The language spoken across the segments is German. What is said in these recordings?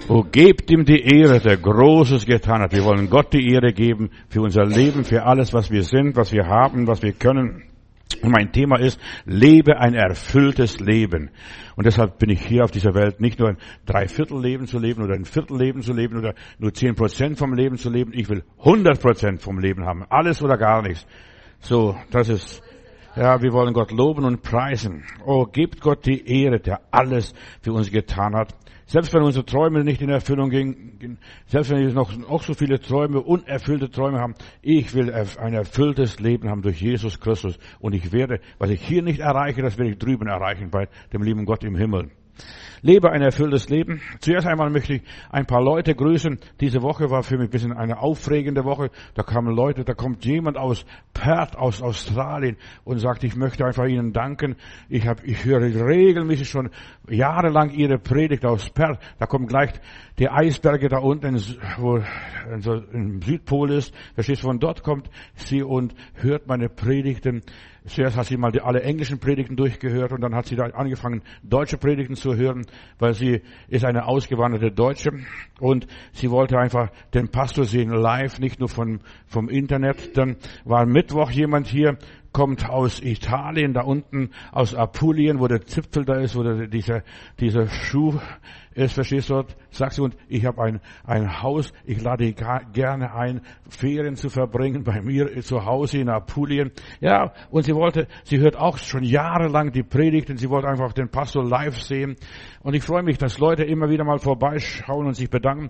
Oh, gebt ihm die Ehre, der Großes getan hat. Wir wollen Gott die Ehre geben für unser Leben, für alles, was wir sind, was wir haben, was wir können. Und mein Thema ist, lebe ein erfülltes Leben. Und deshalb bin ich hier auf dieser Welt, nicht nur ein Dreiviertelleben zu leben oder ein Viertelleben zu leben oder nur 10% vom Leben zu leben. Ich will 100% vom Leben haben. Alles oder gar nichts. So, das ist, ja, wir wollen Gott loben und preisen. Oh, gebt Gott die Ehre, der alles für uns getan hat. Selbst wenn unsere Träume nicht in Erfüllung gingen, selbst wenn wir noch so viele Träume, unerfüllte Träume haben, ich will ein erfülltes Leben haben durch Jesus Christus. Und ich werde, was ich hier nicht erreiche, das werde ich drüben erreichen bei dem lieben Gott im Himmel. Lebe ein erfülltes Leben. Zuerst einmal möchte ich ein paar Leute grüßen. Diese Woche war für mich ein bisschen eine aufregende Woche. Da kamen Leute, da kommt jemand aus Perth, aus Australien und sagt, ich möchte einfach Ihnen danken. Ich höre regelmäßig schon jahrelang Ihre Predigt aus Perth. Da kommen gleich die Eisberge da unten, wo im Südpol ist. Verstehst du, von dort kommt sie und hört meine Predigten. Zuerst hat sie mal alle englischen Predigten durchgehört und dann hat sie da angefangen, deutsche Predigten zu hören, weil sie ist eine ausgewanderte Deutsche und sie wollte einfach den Pastor sehen live, nicht nur vom Internet. Dann war Mittwoch jemand hier, kommt aus Italien, da unten aus Apulien, wo der Zipfel da ist, wo dieser Schuh ist, verstehst du, sagt sie, und ich habe ein Haus, ich lade gerne ein, Ferien zu verbringen bei mir zu Hause in Apulien. Ja, und sie hört auch schon jahrelang die Predigten, sie wollte einfach den Pastor live sehen. Und ich freue mich, dass Leute immer wieder mal vorbeischauen und sich bedanken.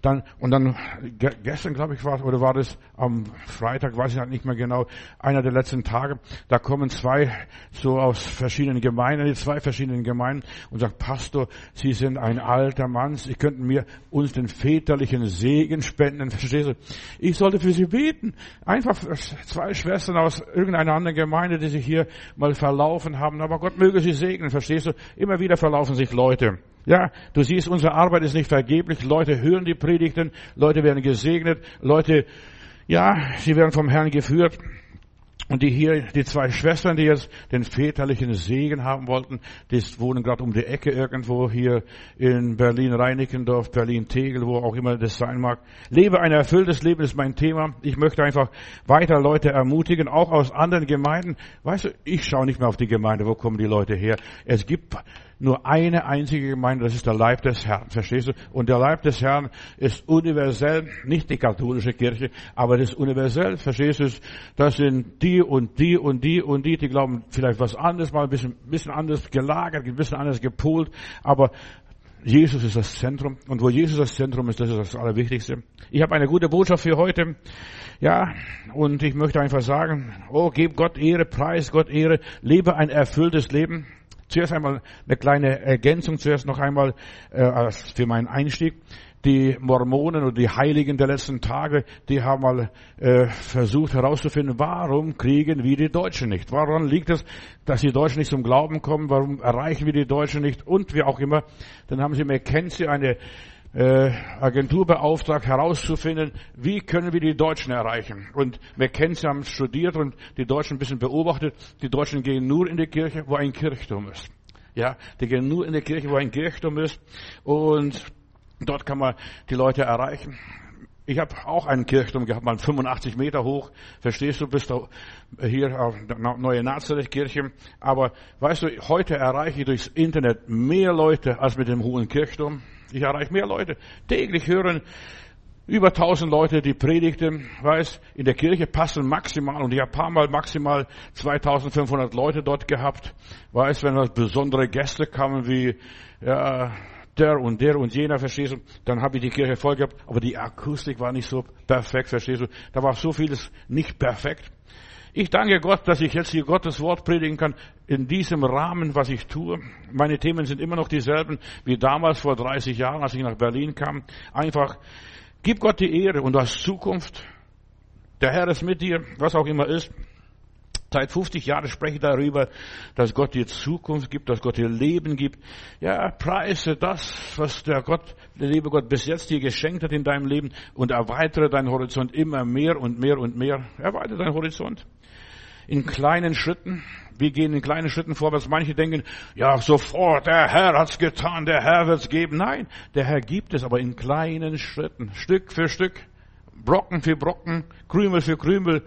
Gestern, glaube ich, war das am Freitag, weiß ich halt nicht mehr genau, einer der letzten Tage, da kommen zwei verschiedenen Gemeinden und sagen, Pastor, Sie sind ein alter Mann, Sie könnten uns den väterlichen Segen spenden, verstehst du? Ich sollte für Sie beten. Einfach zwei Schwestern aus irgendeiner anderen Gemeinde, die sich hier mal verlaufen haben, aber Gott möge sie segnen, verstehst du? Immer wieder verlaufen sich Leute. Ja, du siehst, unsere Arbeit ist nicht vergeblich. Leute hören die Predigten, Leute werden gesegnet, Leute, ja, sie werden vom Herrn geführt. Und die zwei Schwestern, die jetzt den väterlichen Segen haben wollten, die wohnen gerade um die Ecke irgendwo hier in Berlin-Reinickendorf, Berlin-Tegel, wo auch immer das sein mag. Lebe ein erfülltes Leben ist mein Thema. Ich möchte einfach weiter Leute ermutigen, auch aus anderen Gemeinden. Weißt du, ich schaue nicht mehr auf die Gemeinde, wo kommen die Leute her. Es gibt nur eine einzige Gemeinde, das ist der Leib des Herrn, verstehst du? Und der Leib des Herrn ist universell, nicht die katholische Kirche, aber das ist universell, verstehst du? Das sind die und die und die und die glauben vielleicht was anderes, mal ein bisschen anders gelagert, ein bisschen anders gepolt, aber Jesus ist das Zentrum. Und wo Jesus das Zentrum ist, das ist das Allerwichtigste. Ich habe eine gute Botschaft für heute. Ja, und ich möchte einfach sagen, gib Gott Ehre, preis Gott Ehre, lebe ein erfülltes Leben. Zuerst einmal eine kleine Ergänzung, zuerst noch einmal für meinen Einstieg. Die Mormonen oder die Heiligen der letzten Tage, die haben mal versucht herauszufinden, warum kriegen wir die Deutschen nicht? Woran liegt es, dass die Deutschen nicht zum Glauben kommen? Warum erreichen wir die Deutschen nicht? Und wie auch immer, dann haben sie McKinsey, eine Agentur beauftragt, herauszufinden, wie können wir die Deutschen erreichen. Und McKinsey haben studiert und die Deutschen ein bisschen beobachtet. Die Deutschen gehen nur in die Kirche, wo ein Kirchturm ist. Ja, die gehen nur in die Kirche, wo ein Kirchturm ist. Und dort kann man die Leute erreichen. Ich habe auch einen Kirchturm gehabt, mal 85 Meter hoch. Verstehst du, bist du hier auf der Neue Nazareth-Kirche. Aber weißt du, heute erreiche ich durchs Internet mehr Leute als mit dem hohen Kirchturm. Ich erreiche mehr Leute. Täglich hören über 1000 Leute die Predigten. Weißt, in der Kirche passen maximal, und ich habe ein paar Mal maximal 2500 Leute dort gehabt. Weißt, wenn da besondere Gäste kamen wie, ja, der und jener, verstehst du, dann habe ich die Kirche voll gehabt, aber die Akustik war nicht so perfekt, verstehst du, da war so vieles nicht perfekt. Ich danke Gott, dass ich jetzt hier Gottes Wort predigen kann, in diesem Rahmen, was ich tue. Meine Themen sind immer noch dieselben wie damals vor 30 Jahren, als ich nach Berlin kam. Einfach, gib Gott die Ehre und du hast Zukunft. Der Herr ist mit dir, was auch immer ist. Seit 50 Jahren spreche ich darüber, dass Gott dir Zukunft gibt, dass Gott dir Leben gibt. Ja, preise das, was der liebe Gott bis jetzt dir geschenkt hat in deinem Leben und erweitere deinen Horizont immer mehr und mehr und mehr. Erweitere deinen Horizont. in kleinen Schritten. Wir gehen in kleinen Schritten vorwärts. Manche denken, ja, sofort, der Herr hat's getan, der Herr wird's geben. Nein, der Herr gibt es, aber in kleinen Schritten, Stück für Stück, Brocken für Brocken, Krümel für Krümel,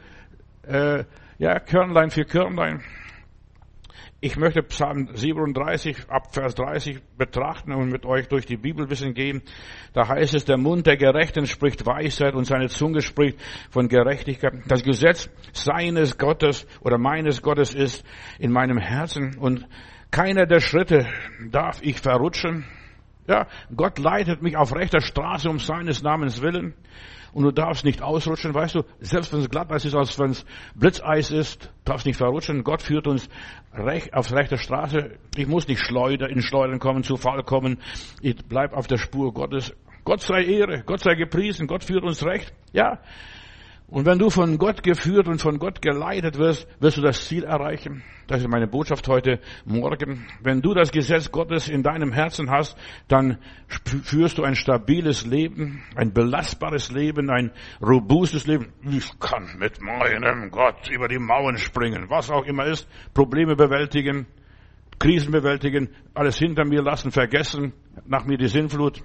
Körnlein für Körnlein. Ich möchte Psalm 37 ab Vers 30 betrachten und mit euch durch die Bibelwissen gehen. Da heißt es, der Mund der Gerechten spricht Weisheit und seine Zunge spricht von Gerechtigkeit. Das Gesetz seines Gottes oder meines Gottes ist in meinem Herzen und keiner der Schritte darf ich verrutschen. Ja, Gott leitet mich auf rechter Straße um seines Namens willen. Und du darfst nicht ausrutschen, weißt du, selbst wenn es Glatteis ist, als wenn es Blitzeis ist, darfst nicht verrutschen. Gott führt uns auf rechter Straße. Ich muss nicht in Schleudern kommen, zu Fall kommen. Ich bleib auf der Spur Gottes. Gott sei Ehre, Gott sei gepriesen, Gott führt uns recht. Ja. Und wenn du von Gott geführt und von Gott geleitet wirst, wirst du das Ziel erreichen. Das ist meine Botschaft heute Morgen. Wenn du das Gesetz Gottes in deinem Herzen hast, dann führst du ein stabiles Leben, ein belastbares Leben, ein robustes Leben. Ich kann mit meinem Gott über die Mauern springen, was auch immer ist, Probleme bewältigen, Krisen bewältigen, alles hinter mir lassen, vergessen, nach mir die Sinnflut.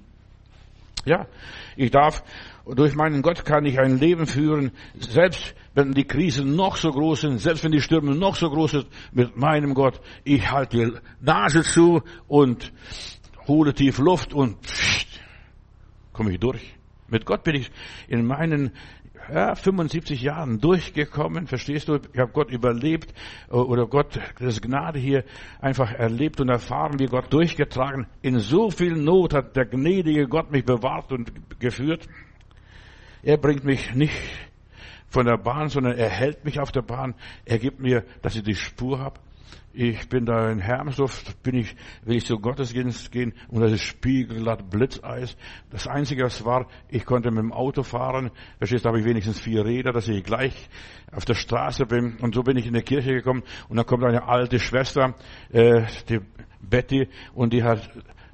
Ja, durch meinen Gott kann ich ein Leben führen, selbst wenn die Krisen noch so groß sind, selbst wenn die Stürme noch so groß sind, mit meinem Gott, ich halte die Nase zu und hole tief Luft und komme ich durch. Mit Gott bin ich in meinen 75 Jahren durchgekommen, verstehst du? Ich habe Gott überlebt oder Gott, das Gnade hier einfach erlebt und erfahren, wie Gott durchgetragen. In so viel Not hat der gnädige Gott mich bewahrt und geführt. Er bringt mich nicht von der Bahn, sondern er hält mich auf der Bahn. Er gibt mir, dass ich die Spur habe. Ich bin da in Hermsdorf, will ich zu Gottesdienst gehen und das ist spiegelglatt Blitzeis. Das Einzige, was war, ich konnte mit dem Auto fahren. Verstehst, da habe ich wenigstens 4 Räder, dass ich gleich auf der Straße bin. Und so bin ich in die Kirche gekommen und dann kommt eine alte Schwester, die Betty, und die hat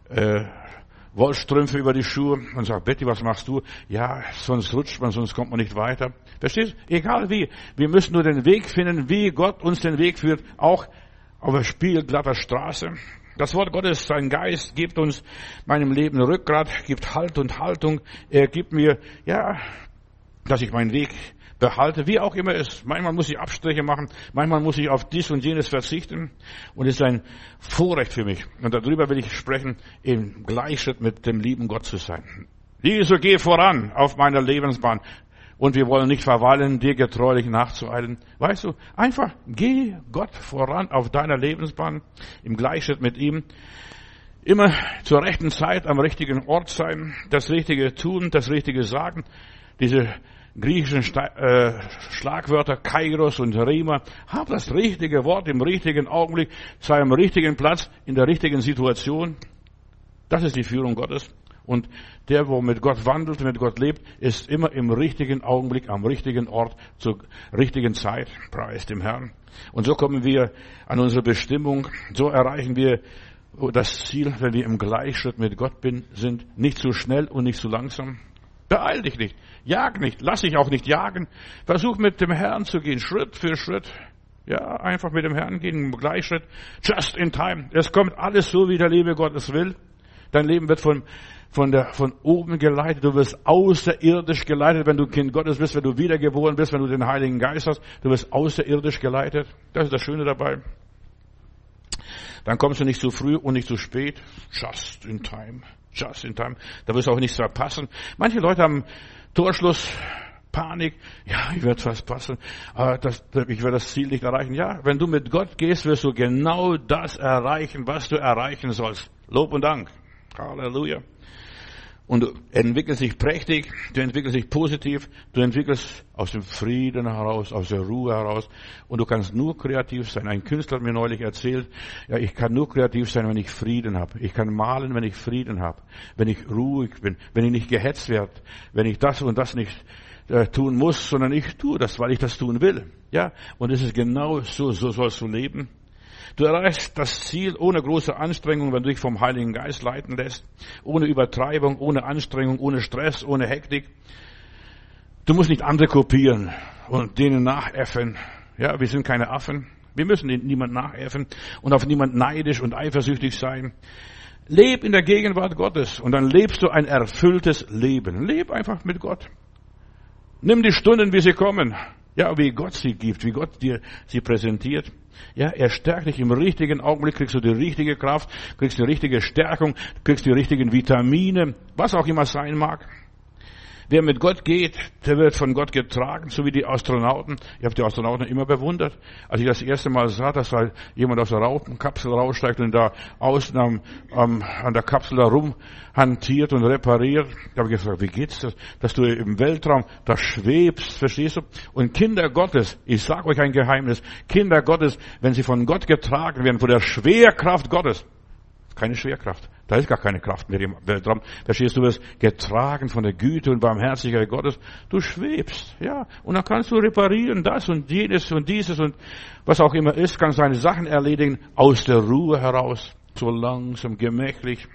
Wollstrümpfe über die Schuhe und sagt, Betty, was machst du? Ja, sonst rutscht man, sonst kommt man nicht weiter. Verstehst? Egal wie. Wir müssen nur den Weg finden, wie Gott uns den Weg führt, auch auf der spiegelglatter Straße. Das Wort Gottes, sein Geist, gibt uns meinem Leben Rückgrat, gibt Halt und Haltung. Er gibt mir, dass ich meinen Weg behalte, wie auch immer es ist. Manchmal muss ich Abstriche machen, manchmal muss ich auf dies und jenes verzichten. Und es ist ein Vorrecht für mich. Und darüber will ich sprechen, im Gleichschritt mit dem lieben Gott zu sein. Jesu, geh voran auf meiner Lebensbahn. Und wir wollen nicht verweilen, dir getreulich nachzueilen. Weißt du, einfach geh Gott voran auf deiner Lebensbahn, im Gleichschritt mit ihm. Immer zur rechten Zeit am richtigen Ort sein, das Richtige tun, das Richtige sagen. Diese griechischen Schlagwörter Kairos und Rema, hab das richtige Wort im richtigen Augenblick, sei am richtigen Platz, in der richtigen Situation. Das ist die Führung Gottes. Und der, wo mit Gott wandelt, mit Gott lebt, ist immer im richtigen Augenblick, am richtigen Ort, zur richtigen Zeit. Preis dem Herrn. Und so kommen wir an unsere Bestimmung. So erreichen wir das Ziel, wenn wir im Gleichschritt mit Gott sind. Nicht zu schnell und nicht zu langsam. Beeil dich nicht. Jag nicht. Lass dich auch nicht jagen. Versuch mit dem Herrn zu gehen, Schritt für Schritt. Ja, einfach mit dem Herrn gehen, im Gleichschritt. Just in time. Es kommt alles so, wie der liebe Gott es will. Dein Leben wird von oben geleitet. Du wirst außerirdisch geleitet, wenn du Kind Gottes bist, wenn du wiedergeboren bist, wenn du den Heiligen Geist hast. Du wirst außerirdisch geleitet. Das ist das Schöne dabei. Dann kommst du nicht zu früh und nicht zu spät. Just in time. Just in time. Da wirst du auch nichts verpassen. Manche Leute haben Torschluss, Panik. Ja, ich werde was passen. Ich werde das Ziel nicht erreichen. Ja, wenn du mit Gott gehst, wirst du genau das erreichen, was du erreichen sollst. Lob und Dank. Halleluja. Und du entwickelst dich prächtig, du entwickelst dich positiv, du entwickelst aus dem Frieden heraus, aus der Ruhe heraus. Und du kannst nur kreativ sein. Ein Künstler hat mir neulich erzählt, ja, ich kann nur kreativ sein, wenn ich Frieden habe. Ich kann malen, wenn ich Frieden habe. Wenn ich ruhig bin, wenn ich nicht gehetzt werde, wenn ich das und das nicht tun muss, sondern ich tue das, weil ich das tun will. Ja, und es ist genau so sollst du leben. Du erreichst das Ziel ohne große Anstrengung, wenn du dich vom Heiligen Geist leiten lässt. Ohne Übertreibung, ohne Anstrengung, ohne Stress, ohne Hektik. Du musst nicht andere kopieren und denen nachäffen. Ja, wir sind keine Affen. Wir müssen niemand nachäffen und auf niemand neidisch und eifersüchtig sein. Leb in der Gegenwart Gottes und dann lebst du ein erfülltes Leben. Leb einfach mit Gott. Nimm die Stunden, wie sie kommen. Ja, wie Gott sie gibt, wie Gott dir sie präsentiert. Ja, er stärkt dich im richtigen Augenblick, kriegst du die richtige Kraft, kriegst die richtige Stärkung, kriegst die richtigen Vitamine, was auch immer sein mag. Wer mit Gott geht, der wird von Gott getragen, so wie die Astronauten. Ich habe die Astronauten immer bewundert. Als ich das erste Mal sah, dass da jemand aus der Raupenkapsel raussteigt und da außen an der Kapsel da rumhantiert und repariert, da habe ich gesagt, wie geht's das, dass du im Weltraum da schwebst, verstehst du? Und Kinder Gottes, ich sage euch ein Geheimnis, Kinder Gottes, wenn sie von Gott getragen werden, von der Schwerkraft Gottes, keine Schwerkraft. Da ist gar keine Kraft mehr im Weltraum. Verstehst du, du wirst getragen von der Güte und Barmherzigkeit Gottes. Du schwebst, ja. Und dann kannst du reparieren, das und jenes und dieses und was auch immer ist, kannst deine Sachen erledigen, aus der Ruhe heraus. So langsam, gemächlich.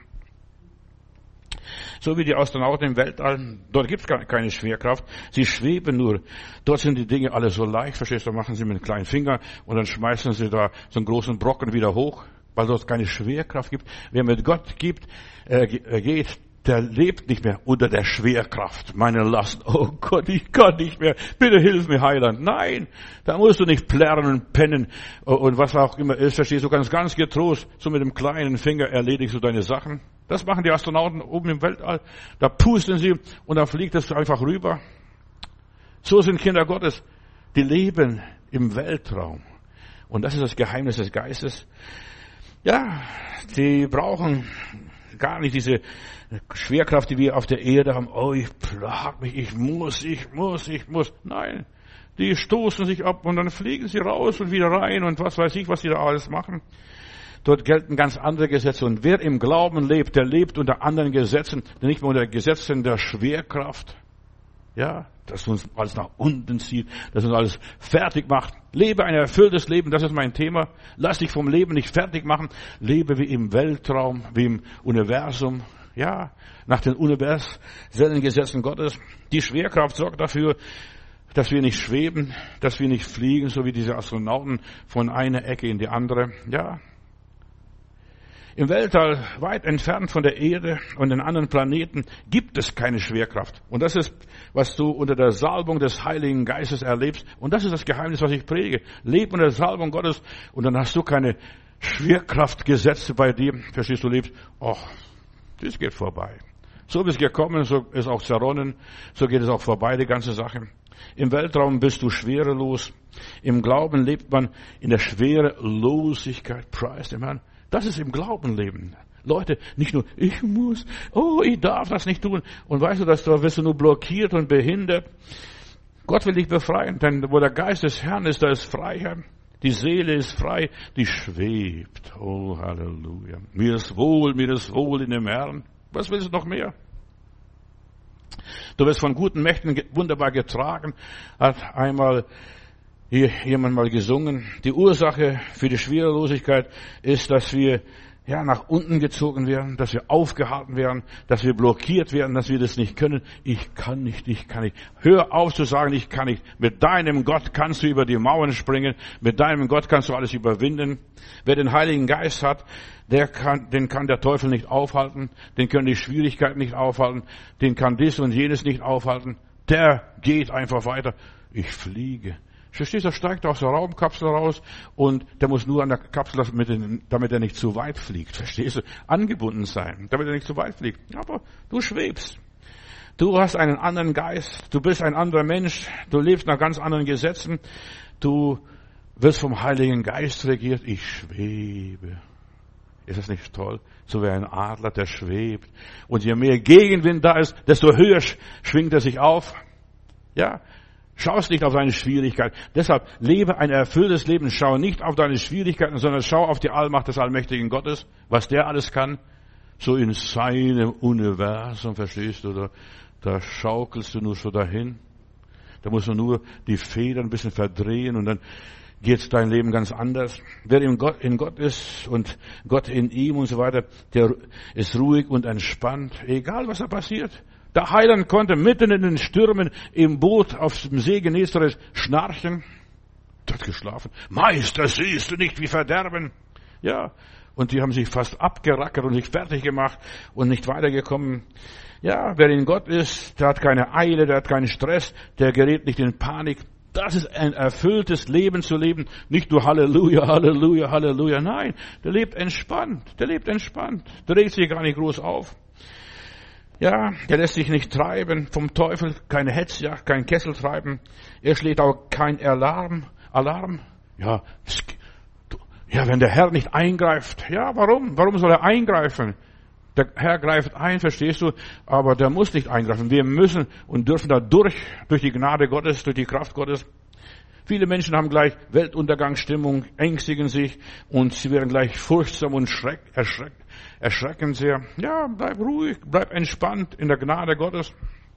So wie die Astronauten im Weltall. Dort gibt es keine Schwerkraft. Sie schweben nur. Dort sind die Dinge alle so leicht. Verstehst du, machen sie mit einem kleinen Finger und dann schmeißen sie da so einen großen Brocken wieder hoch, weil dort keine Schwerkraft gibt. Wer mit Gott geht, der lebt nicht mehr unter der Schwerkraft. Meine Last, oh Gott, ich kann nicht mehr. Bitte hilf mir, Heiland. Nein, da musst du nicht plärren und pennen und was auch immer ist. Verstehst du, ganz getrost, so mit dem kleinen Finger erledigst du deine Sachen. Das machen die Astronauten oben im Weltall. Da pusten sie und dann fliegt es einfach rüber. So sind Kinder Gottes. Die leben im Weltraum. Und das ist das Geheimnis des Geistes. Ja, die brauchen gar nicht diese Schwerkraft, die wir auf der Erde haben. Oh, ich plag mich, ich muss. Nein, die stoßen sich ab und dann fliegen sie raus und wieder rein und was weiß ich, was sie da alles machen. Dort gelten ganz andere Gesetze. Und wer im Glauben lebt, der lebt unter anderen Gesetzen, nicht mehr unter Gesetzen der Schwerkraft. Ja, das uns alles nach unten zieht, das uns alles fertig macht. Lebe ein erfülltes Leben, das ist mein Thema. Lass dich vom Leben nicht fertig machen. Lebe wie im Weltraum, wie im Universum. Ja, nach den universellen Gesetzen Gottes. Die Schwerkraft sorgt dafür, dass wir nicht schweben, dass wir nicht fliegen, so wie diese Astronauten von einer Ecke in die andere. Ja. Im Weltall, weit entfernt von der Erde und den anderen Planeten, gibt es keine Schwerkraft. Und das ist, was du unter der Salbung des Heiligen Geistes erlebst. Und das ist das Geheimnis, was ich predige. Leb unter der Salbung Gottes und dann hast du keine Schwerkraftgesetze bei dir. Verstehst du, lebst, das geht vorbei. So bist du gekommen, so ist auch zerronnen, so geht es auch vorbei, die ganze Sache. Im Weltraum bist du schwerelos. Im Glauben lebt man in der Schwerelosigkeit. Preis dem Herrn. Das ist im Glauben leben. Leute, nicht nur, ich muss, ich darf das nicht tun. Und weißt du, da wirst du nur blockiert und behindert. Gott will dich befreien, denn wo der Geist des Herrn ist, da ist Freiheit. Die Seele ist frei, die schwebt. Oh, Halleluja. Mir ist wohl in dem Herrn. Was willst du noch mehr? Du wirst von guten Mächten wunderbar getragen, hat einmal hier jemand mal gesungen. Die Ursache für die Schwerelosigkeit ist, dass wir nach unten gezogen werden, dass wir aufgehalten werden, dass wir blockiert werden, dass wir das nicht können. Ich kann nicht. Hör auf zu sagen, ich kann nicht. Mit deinem Gott kannst du über die Mauern springen. Mit deinem Gott kannst du alles überwinden. Wer den Heiligen Geist hat, den kann der Teufel nicht aufhalten. Den können die Schwierigkeiten nicht aufhalten. Den kann dies und jenes nicht aufhalten. Der geht einfach weiter. Ich fliege. Verstehst du, er steigt aus der Raumkapsel raus und der muss nur an der Kapsel, damit er nicht zu weit fliegt. Verstehst du? Angebunden sein, damit er nicht zu weit fliegt. Aber du schwebst. Du hast einen anderen Geist. Du bist ein anderer Mensch. Du lebst nach ganz anderen Gesetzen. Du wirst vom Heiligen Geist regiert. Ich schwebe. Ist das nicht toll? So wie ein Adler, der schwebt. Und je mehr Gegenwind da ist, desto höher schwingt er sich auf. Ja. Schaust nicht auf deine Schwierigkeiten. Deshalb lebe ein erfülltes Leben. Schau nicht auf deine Schwierigkeiten, sondern schau auf die Allmacht des allmächtigen Gottes, was der alles kann. So in seinem Universum, verstehst du, da schaukelst du nur so dahin. Da musst du nur die Federn ein bisschen verdrehen und dann geht dein Leben ganz anders. Wer in Gott ist und Gott in ihm und so weiter, der ist ruhig und entspannt, egal was da passiert. Der Heiland konnte mitten in den Stürmen im Boot auf dem See Genezareth schnarchen. hat geschlafen. Meister, siehst du nicht, wie Verderben? Ja, und die haben sich fast abgerackert und sich fertig gemacht und nicht weitergekommen. Ja, wer in Gott ist, der hat keine Eile, der hat keinen Stress, der gerät nicht in Panik. Das ist ein erfülltes Leben zu leben. Nicht nur Halleluja, Halleluja, Halleluja. Nein, der lebt entspannt. Der regt sich gar nicht groß auf. Ja, der lässt sich nicht treiben vom Teufel, keine Hetzjagd, kein Kesseltreiben. Er schlägt auch kein Alarm. Ja, wenn der Herr nicht eingreift. Ja, warum? Warum soll er eingreifen? Der Herr greift ein, verstehst du? Aber der muss nicht eingreifen. Wir müssen und dürfen da durch die Gnade Gottes, durch die Kraft Gottes. Viele Menschen haben gleich Weltuntergangsstimmung, ängstigen sich und sie werden gleich furchtsam und erschrecken sehr. Ja, bleib ruhig, bleib entspannt in der Gnade Gottes.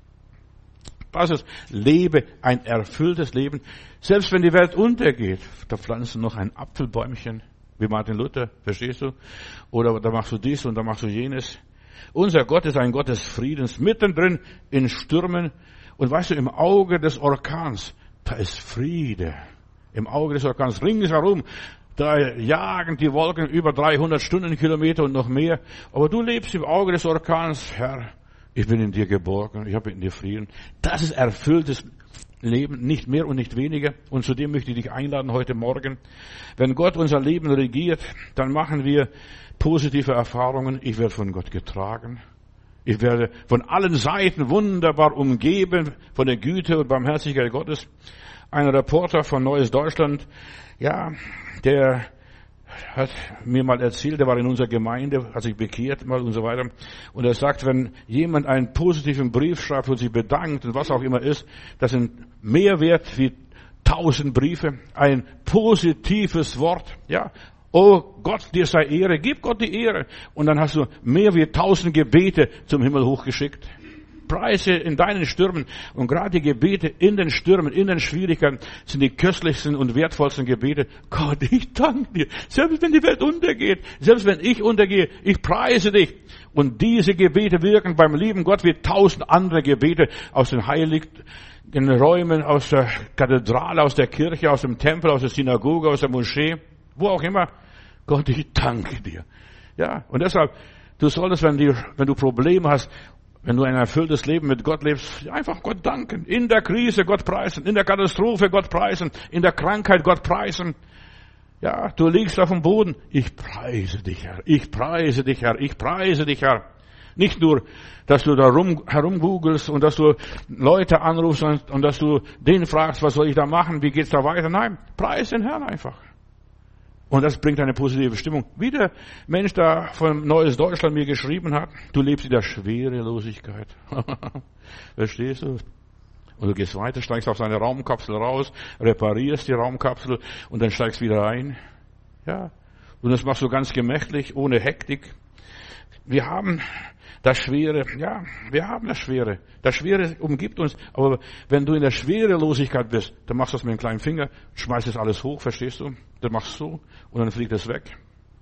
Das ist, lebe ein erfülltes Leben. Selbst wenn die Welt untergeht, da pflanzt du noch ein Apfelbäumchen, wie Martin Luther, verstehst du? Oder da machst du dies und da machst du jenes. Unser Gott ist ein Gott des Friedens, mittendrin in Stürmen. Und weißt du, im Auge des Orkans, da ist Friede. Im Auge des Orkans, ringsherum, da jagen die Wolken über 300 Stundenkilometer und noch mehr. Aber du lebst im Auge des Orkans, Herr. Ich bin in dir geborgen, ich habe in dir Frieden. Das ist erfülltes Leben, nicht mehr und nicht weniger. Und zu dem möchte ich dich einladen heute Morgen. Wenn Gott unser Leben regiert, dann machen wir positive Erfahrungen. Ich werde von Gott getragen. Ich werde von allen Seiten wunderbar umgeben von der Güte und Barmherzigkeit Gottes. Ein Reporter von Neues Deutschland, ja, der hat mir mal erzählt, der war in unserer Gemeinde, hat sich bekehrt mal und so weiter. Und er sagt, wenn jemand einen positiven Brief schreibt und sich bedankt und was auch immer ist, das sind mehr wert wie 1000 Briefe. Ein positives Wort, ja. Oh Gott, dir sei Ehre, gib Gott die Ehre. Und dann hast du mehr wie 1000 Gebete zum Himmel hochgeschickt. Preise in deinen Stürmen. Und gerade die Gebete in den Stürmen, in den Schwierigkeiten sind die köstlichsten und wertvollsten Gebete. Gott, ich danke dir. Selbst wenn die Welt untergeht, selbst wenn ich untergehe, ich preise dich. Und diese Gebete wirken beim lieben Gott wie 1000 andere Gebete aus den heiligen Räumen, aus der Kathedrale, aus der Kirche, aus dem Tempel, aus der Synagoge, aus der Moschee, wo auch immer. Gott, ich danke dir. Ja, und deshalb, du solltest, wenn du Probleme hast, wenn du ein erfülltes Leben mit Gott lebst, einfach Gott danken. In der Krise Gott preisen, in der Katastrophe Gott preisen, in der Krankheit Gott preisen. Ja, du liegst auf dem Boden. Ich preise dich, Herr. Ich preise dich, Herr. Ich preise dich, Herr. Nicht nur, dass du da herumgoogelst und dass du Leute anrufst und dass du denen fragst, was soll ich da machen, wie geht's da weiter. Nein, preise den Herrn einfach. Und das bringt eine positive Stimmung. Wie der Mensch da von Neues Deutschland mir geschrieben hat, du lebst in der Schwerelosigkeit. Verstehst du? Und du gehst weiter, steigst auf seine Raumkapsel raus, reparierst die Raumkapsel und dann steigst wieder ein. Ja. Und das machst du ganz gemächlich, ohne Hektik. Wir haben das Schwere, ja, wir haben das Schwere. Das Schwere umgibt uns. Aber wenn du in der Schwerelosigkeit bist, dann machst du das mit dem kleinen Finger, schmeißt das alles hoch, verstehst du? Dann machst du so und dann fliegt es weg.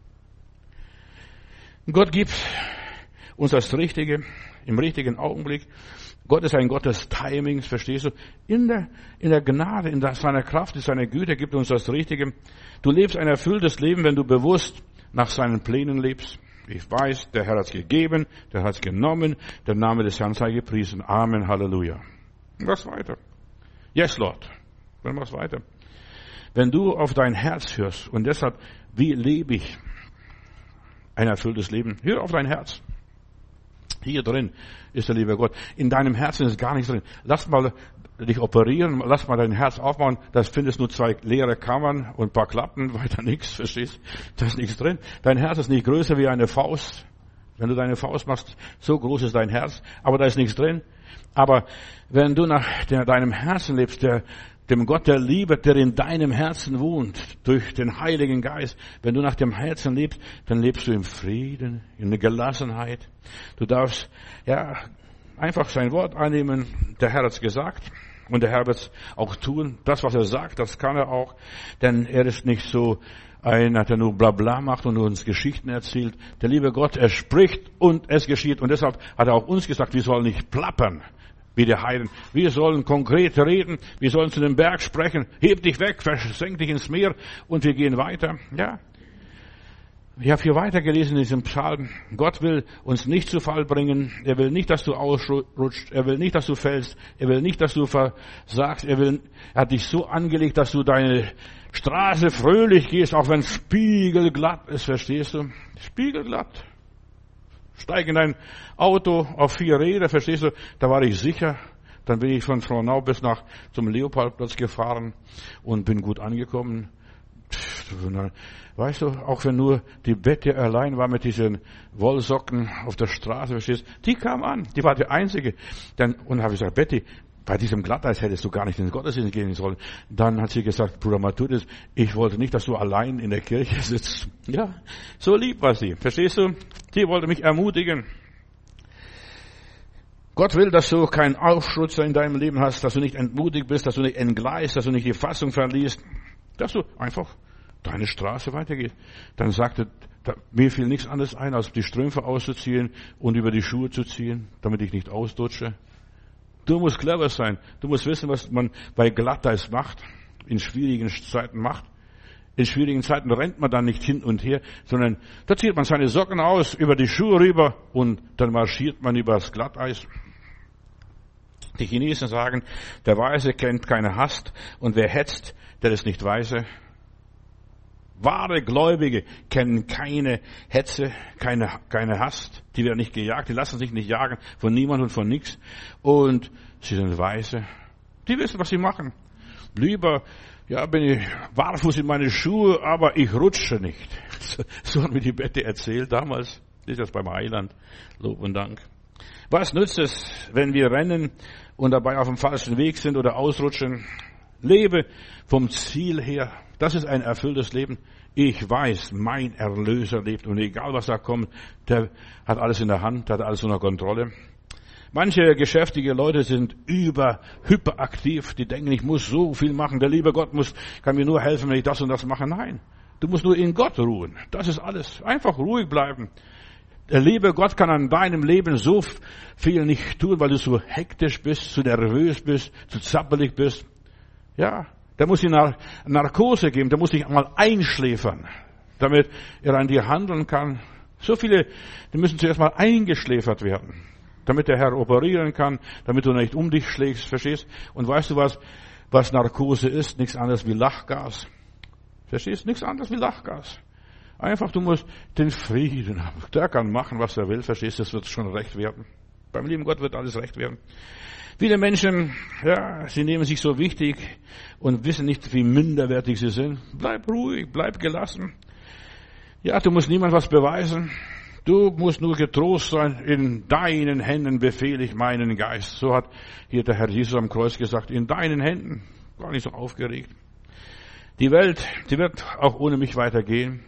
Gott gibt uns das Richtige im richtigen Augenblick. Gott ist ein Gott des Timings, verstehst du? In der Gnade, in seiner Kraft, in seiner Güte gibt uns das Richtige. Du lebst ein erfülltes Leben, wenn du bewusst nach seinen Plänen lebst. Ich weiß, der Herr hat es gegeben, der hat es genommen, der Name des Herrn sei gepriesen. Amen, Halleluja. Was weiter? Yes, Lord. Dann mach's weiter. Wenn du auf dein Herz hörst und deshalb, wie lebe ich ein erfülltes Leben? Hör auf dein Herz. Hier drin ist der liebe Gott. In deinem Herzen ist gar nichts drin. Lass mal dich operieren, lass mal dein Herz aufbauen. Das findest nur 2 leere Kammern und ein paar Klappen, weiter nichts, verstehst? Da ist nichts drin. Dein Herz ist nicht größer wie eine Faust. Wenn du deine Faust machst, so groß ist dein Herz, aber da ist nichts drin. Aber wenn du nach deinem Herzen lebst, dem Gott der Liebe, der in deinem Herzen wohnt, durch den Heiligen Geist, wenn du nach dem Herzen lebst, dann lebst du im Frieden, in der Gelassenheit. Du darfst, ja, einfach sein Wort annehmen. Der Herr hat es gesagt und der Herr wird es auch tun. Das, was er sagt, das kann er auch, denn er ist nicht so einer, der nur Blabla macht und uns Geschichten erzählt. Der liebe Gott, er spricht und es geschieht und deshalb hat er auch uns gesagt, wir sollen nicht plappern. wie die Heiden. Wir sollen konkret reden, wir sollen zu dem Berg sprechen, heb dich weg, versenk dich ins Meer und wir gehen weiter. Ja. Ich habe hier weitergelesen in diesem Psalm. Gott will uns nicht zu Fall bringen. Er will nicht, dass du ausrutschst. Er will nicht, dass du fällst. Er will nicht, dass du versagst. Er hat dich so angelegt, dass du deine Straße fröhlich gehst, auch wenn es spiegelglatt ist, verstehst du? Spiegelglatt. Steig in dein Auto auf 4 Räder, verstehst du? Da war ich sicher. Dann bin ich von Frohnau bis zum Leopoldplatz gefahren und bin gut angekommen. Weißt du, auch wenn nur die Betty allein war mit diesen Wollsocken auf der Straße, verstehst du? Die kam an, die war die Einzige. Und habe ich gesagt, Betty, bei diesem Glatteis hättest du gar nicht in den Gottesdienst gehen sollen. Dann hat sie gesagt, Bruder Matthäus, ich wollte nicht, dass du allein in der Kirche sitzt. Ja, so lieb war sie, verstehst du? Die wollte mich ermutigen. Gott will, dass du keinen Aufschrutzer in deinem Leben hast, dass du nicht entmutigt bist, dass du nicht entgleist, dass du nicht die Fassung verlierst, dass du einfach deine Straße weitergeht. Dann sagte, mir fiel nichts anderes ein, als die Strümpfe auszuziehen und über die Schuhe zu ziehen, damit ich nicht ausdutsche. Du musst clever sein. Du musst wissen, was man bei Glatteis macht, in schwierigen Zeiten macht. In schwierigen Zeiten rennt man dann nicht hin und her, sondern da zieht man seine Socken aus, über die Schuhe rüber und dann marschiert man über das Glatteis. Die Chinesen sagen, der Weise kennt keine Hast und wer hetzt, der ist nicht weise. Wahre Gläubige kennen keine Hetze, keine Hast. Die werden nicht gejagt, die lassen sich nicht jagen von niemand und von nichts. Und sie sind weise. Die wissen, was sie machen. Lieber, bin ich barfuß in meine Schuhe, aber ich rutsche nicht. So hat mir die Betty erzählt damals. Das ist das beim Heiland. Lob und Dank. Was nützt es, wenn wir rennen und dabei auf dem falschen Weg sind oder ausrutschen? Lebe vom Ziel her. Das ist ein erfülltes Leben. Ich weiß, mein Erlöser lebt und egal was da kommt, der hat alles in der Hand, der hat alles unter Kontrolle. Manche geschäftige Leute sind hyperaktiv, die denken, ich muss so viel machen, der liebe Gott kann mir nur helfen, wenn ich das und das mache. Nein, du musst nur in Gott ruhen. Das ist alles. Einfach ruhig bleiben. Der liebe Gott kann an deinem Leben so viel nicht tun, weil du so hektisch bist, zu nervös bist, zu zappelig bist. Ja, der muss dir Narkose geben, der muss dich einmal einschläfern, damit er an dir handeln kann. So viele, die müssen zuerst mal eingeschläfert werden, damit der Herr operieren kann, damit du nicht um dich schlägst, verstehst? Und weißt du was Narkose ist? Nichts anderes wie Lachgas. Verstehst? Nichts anderes wie Lachgas. Einfach, du musst den Frieden haben. Der kann machen, was er will, verstehst? Das wird schon recht werden. Beim lieben Gott wird alles recht werden. Viele Menschen, sie nehmen sich so wichtig und wissen nicht, wie minderwertig sie sind. Bleib ruhig, bleib gelassen. Ja, du musst niemand was beweisen. Du musst nur getrost sein. In deinen Händen befehle ich meinen Geist. So hat hier der Herr Jesus am Kreuz gesagt. In deinen Händen. Gar nicht so aufgeregt. Die Welt, die wird auch ohne mich weitergehen.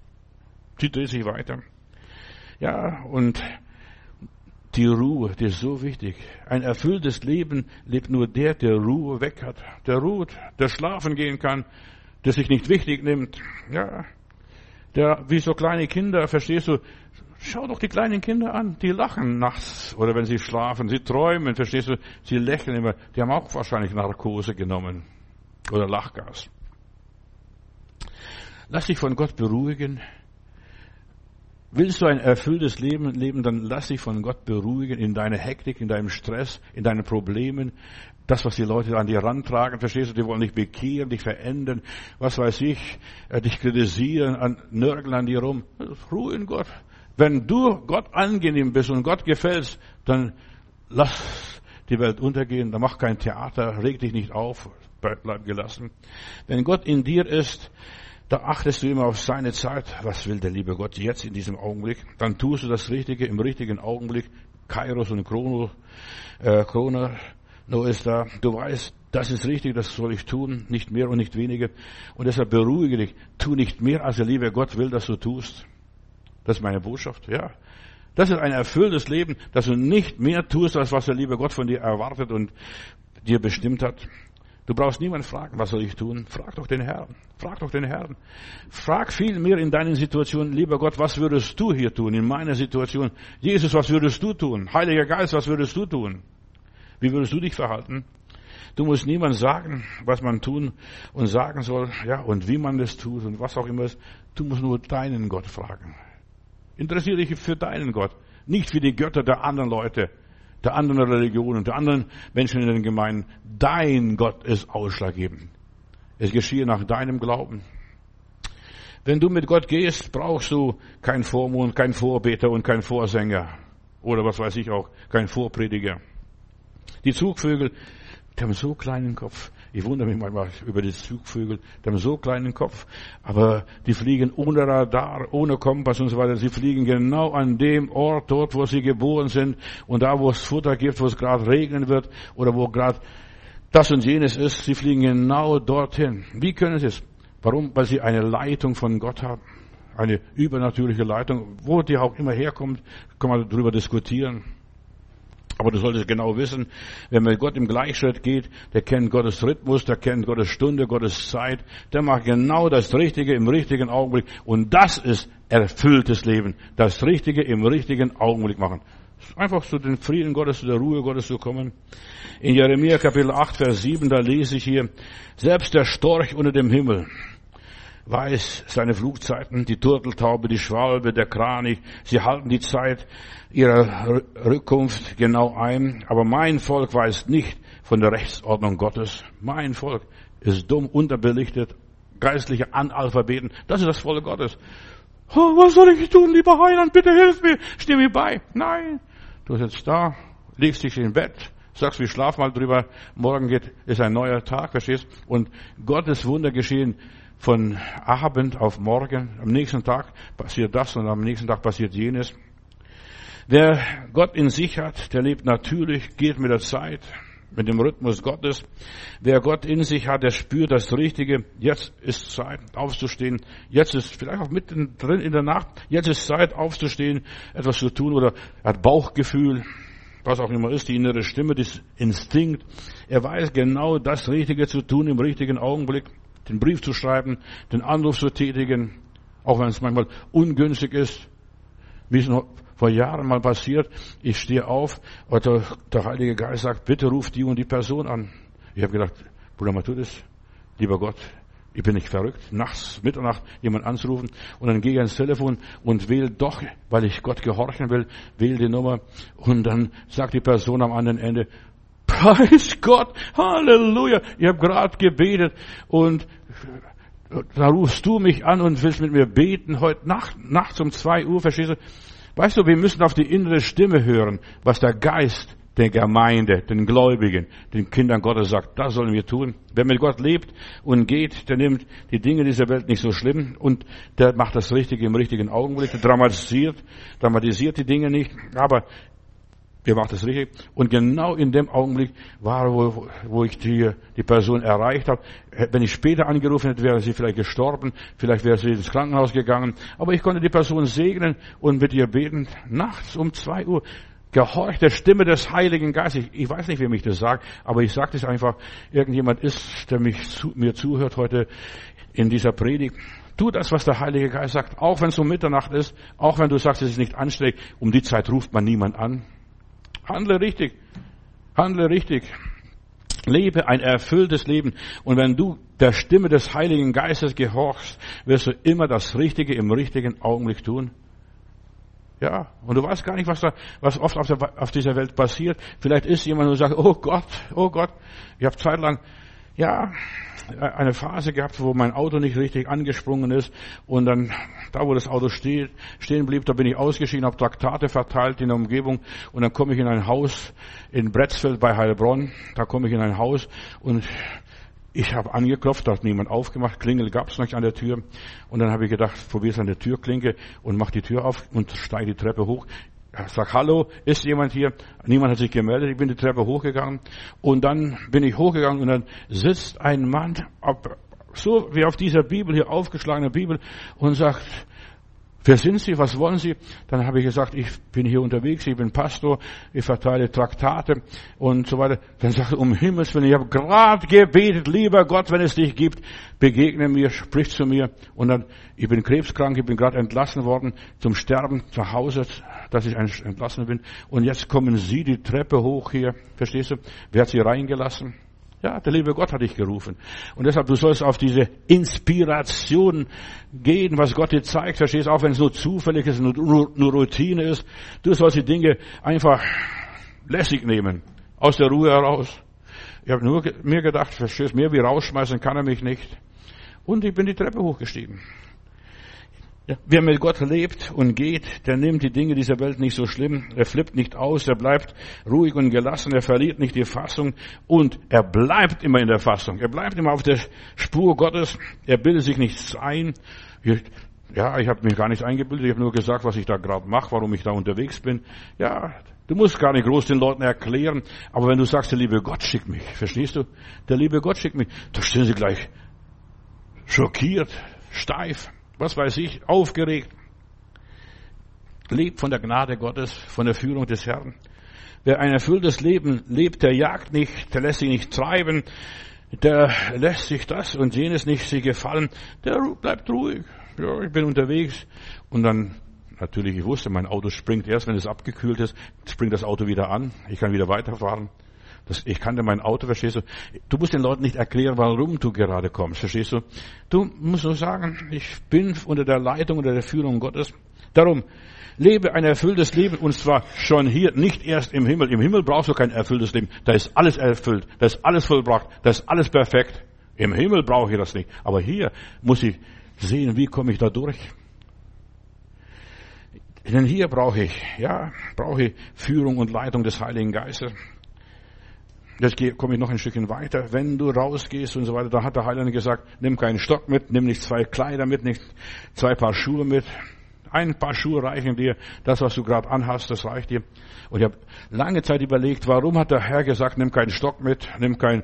Sie dreht sich weiter. Ja, und die Ruhe, die ist so wichtig. Ein erfülltes Leben lebt nur der Ruhe weg hat. Der ruht, der schlafen gehen kann, der sich nicht wichtig nimmt. Ja, der wie so kleine Kinder, verstehst du? Schau doch die kleinen Kinder an, die lachen nachts oder wenn sie schlafen, sie träumen, verstehst du? Sie lächeln immer. Die haben auch wahrscheinlich Narkose genommen oder Lachgas. Lass dich von Gott beruhigen. Willst du ein erfülltes Leben leben, dann lass dich von Gott beruhigen in deiner Hektik, in deinem Stress, in deinen Problemen. Das, was die Leute an dir rantragen, verstehst du, die wollen dich bekehren, dich verändern, was weiß ich, dich kritisieren, nörgeln an dir rum. Ruhe in Gott. Wenn du Gott angenehm bist und Gott gefällst, dann lass die Welt untergehen, dann mach kein Theater, reg dich nicht auf, bleib gelassen. Wenn Gott in dir ist, da achtest du immer auf seine Zeit. Was will der liebe Gott jetzt in diesem Augenblick? Dann tust du das Richtige im richtigen Augenblick. Kairos und Chrono ist da. Du weißt, das ist richtig, das soll ich tun, nicht mehr und nicht weniger. Und deshalb beruhige dich. Tu nicht mehr, als der liebe Gott will, dass du tust. Das ist meine Botschaft, ja. Das ist ein erfülltes Leben, dass du nicht mehr tust, als was der liebe Gott von dir erwartet und dir bestimmt hat. Du brauchst niemanden fragen, was soll ich tun? Frag doch den Herrn. Frag doch den Herrn. Frag viel mehr in deinen Situationen, lieber Gott, was würdest du hier tun in meiner Situation? Jesus, was würdest du tun? Heiliger Geist, was würdest du tun? Wie würdest du dich verhalten? Du musst niemand sagen, was man tun und sagen soll, ja, und wie man das tut und was auch immer ist. Du musst nur deinen Gott fragen. Interessiere dich für deinen Gott, nicht für die Götter der anderen Leute, der anderen Religionen, der anderen Menschen in den Gemeinden. Dein Gott ist ausschlaggebend. Es geschehe nach deinem Glauben. Wenn du mit Gott gehst, brauchst du keinen Vormund, keinen Vorbeter und keinen Vorsänger. Oder was weiß ich auch, keinen Vorprediger. Die Zugvögel, die haben so kleinen Kopf. Ich wundere mich manchmal über die Zugvögel. Die haben so kleinen Kopf, aber die fliegen ohne Radar, ohne Kompass und so weiter. Sie fliegen genau an dem Ort, dort, wo sie geboren sind und da, wo es Futter gibt, wo es gerade regnen wird oder wo gerade das und jenes ist. Sie fliegen genau dorthin. Wie können sie es? Warum? Weil sie eine Leitung von Gott haben. Eine übernatürliche Leitung. Wo die auch immer herkommt, kann man darüber diskutieren. Aber du solltest genau wissen, wer mit Gott im Gleichschritt geht, der kennt Gottes Rhythmus, der kennt Gottes Stunde, Gottes Zeit, der macht genau das Richtige im richtigen Augenblick. Und das ist erfülltes Leben. Das Richtige im richtigen Augenblick machen. Einfach zu den Frieden Gottes, zu der Ruhe Gottes zu kommen. In Jeremia Kapitel 8, Vers 7, da lese ich hier, selbst der Storch unter dem Himmel weiß seine Flugzeiten, die Turteltaube, die Schwalbe, der Kranich, sie halten die Zeit ihrer Rückkunft genau ein. Aber mein Volk weiß nicht von der Rechtsordnung Gottes. Mein Volk ist dumm, unterbelichtet, geistliche Analphabeten. Das ist das Volk Gottes. Oh, was soll ich tun, lieber Heiland? Bitte hilf mir, steh mir bei. Nein, du sitzt da, legst dich im Bett, sagst, wir schlafen mal drüber, morgen ist ein neuer Tag, verstehst? Und Gottes Wunder geschehen von Abend auf morgen. Am nächsten Tag passiert das und am nächsten Tag passiert jenes. Wer Gott in sich hat, der lebt natürlich, geht mit der Zeit, mit dem Rhythmus Gottes. Wer Gott in sich hat, der spürt das Richtige. Jetzt ist Zeit, aufzustehen. Jetzt ist vielleicht auch mittendrin in der Nacht. Jetzt ist Zeit, aufzustehen, etwas zu tun oder hat Bauchgefühl, was auch immer ist, die innere Stimme, das Instinkt. Er weiß genau das Richtige zu tun im richtigen Augenblick. Den Brief zu schreiben, den Anruf zu tätigen, auch wenn es manchmal ungünstig ist, wie es noch vor Jahren mal passiert. Ich stehe auf und der Heilige Geist sagt, bitte ruf die und die Person an. Ich habe gedacht, Bruder Matthäus, lieber Gott, ich bin nicht verrückt, nachts, Mitternacht jemand anzurufen und dann gehe ich ans Telefon und wähle doch, weil ich Gott gehorchen will, wähle die Nummer und dann sagt die Person am anderen Ende, Preis Gott, Halleluja, ich habe gerade gebetet und da rufst du mich an und willst mit mir beten heute nachts um 2 Uhr, verstehst du? Weißt du, wir müssen auf die innere Stimme hören, was der Geist der Gemeinde, den Gläubigen, den Kindern Gottes sagt. Das sollen wir tun. Wer mit Gott lebt und geht, der nimmt die Dinge dieser Welt nicht so schlimm und der macht das Richtige im richtigen Augenblick, der dramatisiert die Dinge nicht, aber wir machen das richtig. Und genau in dem Augenblick war, wo ich die Person erreicht habe. Wenn ich später angerufen hätte, wäre sie vielleicht gestorben. Vielleicht wäre sie ins Krankenhaus gegangen. Aber ich konnte die Person segnen und mit ihr beten. Nachts um 2 Uhr. Gehorcht der Stimme des Heiligen Geistes. Ich weiß nicht, wem ich das sage, aber ich sage das einfach. Irgendjemand ist, der mir zuhört heute in dieser Predigt. Tu das, was der Heilige Geist sagt. Auch wenn es um Mitternacht ist. Auch wenn du sagst, es ist nicht anstrengend. Um die Zeit ruft man niemand an. Handle richtig. Handle richtig. Lebe ein erfülltes Leben. Und wenn du der Stimme des Heiligen Geistes gehorchst, wirst du immer das Richtige im richtigen Augenblick tun. Ja, und du weißt gar nicht, was oft auf dieser Welt passiert. Vielleicht ist jemand, der sagt, oh Gott, ich habe zeitlang, eine Phase gehabt, wo mein Auto nicht richtig angesprungen ist und dann, da wo das Auto stehen blieb, da bin ich ausgeschieden, habe Traktate verteilt in der Umgebung und dann komme ich in ein Haus in Bretzfeld bei Heilbronn, da komme ich in ein Haus und ich habe angeklopft, da hat niemand aufgemacht, Klingel gab's nicht an der Tür und dann habe ich gedacht, probier's an der Türklinke und mach die Tür auf und steige die Treppe hoch. Ich sag, hallo, ist jemand hier? Niemand hat sich gemeldet. Ich bin die Treppe hochgegangen und dann bin ich hochgegangen und dann sitzt ein Mann, so wie auf dieser Bibel, hier aufgeschlagene Bibel und sagt, wer sind Sie? Was wollen Sie? Dann habe ich gesagt, ich bin hier unterwegs, ich bin Pastor, ich verteile Traktate und so weiter. Dann sagt er, um Himmels Willen, ich habe gerade gebetet, lieber Gott, wenn es dich gibt, begegne mir, sprich zu mir. Und dann, ich bin krebskrank, ich bin gerade entlassen worden zum Sterben zu Hause, dass ich entlassen bin. Und jetzt kommen sie die Treppe hoch hier. Verstehst du? Wer hat sie reingelassen? Ja, der liebe Gott hat dich gerufen. Und deshalb, du sollst auf diese Inspiration gehen, was Gott dir zeigt. Verstehst du? Auch wenn es nur zufällig ist, nur Routine ist. Du sollst die Dinge einfach lässig nehmen. Aus der Ruhe heraus. Ich habe nur mir gedacht, verstehst du, mehr wie rausschmeißen kann er mich nicht. Und ich bin die Treppe hochgestiegen. Ja, wer mit Gott lebt und geht, der nimmt die Dinge dieser Welt nicht so schlimm. Er flippt nicht aus, er bleibt ruhig und gelassen, er verliert nicht die Fassung und er bleibt immer in der Fassung. Er bleibt immer auf der Spur Gottes. Er bildet sich nichts ein. Ich habe mich gar nicht eingebildet. Ich habe nur gesagt, was ich da gerade mache, warum ich da unterwegs bin. Ja, du musst gar nicht groß den Leuten erklären. Aber wenn du sagst, der liebe Gott schickt mich, verstehst du? Der liebe Gott schickt mich. Da stehen sie gleich schockiert, steif. Was weiß ich, aufgeregt. Lebt von der Gnade Gottes, von der Führung des Herrn. Wer ein erfülltes Leben lebt, der jagt nicht, der lässt sich nicht treiben, der lässt sich das und jenes nicht sich gefallen, der bleibt ruhig. Ja, ich bin unterwegs. Und dann, natürlich, ich wusste, mein Auto springt erst, wenn es abgekühlt ist, springt das Auto wieder an. Ich kann wieder weiterfahren. Ich kannte mein Auto, verstehst du? Du musst den Leuten nicht erklären, warum du gerade kommst, verstehst du? Du musst nur sagen, ich bin unter der Leitung, unter der Führung Gottes. Darum, lebe ein erfülltes Leben, und zwar schon hier, nicht erst im Himmel. Im Himmel brauchst du kein erfülltes Leben. Da ist alles erfüllt, da ist alles vollbracht, da ist alles perfekt. Im Himmel brauche ich das nicht. Aber hier muss ich sehen, wie komme ich da durch. Denn hier brauche ich Führung und Leitung des Heiligen Geistes. Jetzt komme ich noch ein Stückchen weiter. Wenn du rausgehst und so weiter, da hat der Heiland gesagt, nimm keinen Stock mit, nimm nicht 2 Kleider mit, nicht 2 Paar Schuhe mit. Ein paar Schuhe reichen dir, das, was du gerade anhast, das reicht dir. Und ich habe lange Zeit überlegt, warum hat der Herr gesagt, nimm keinen Stock mit, nimm keine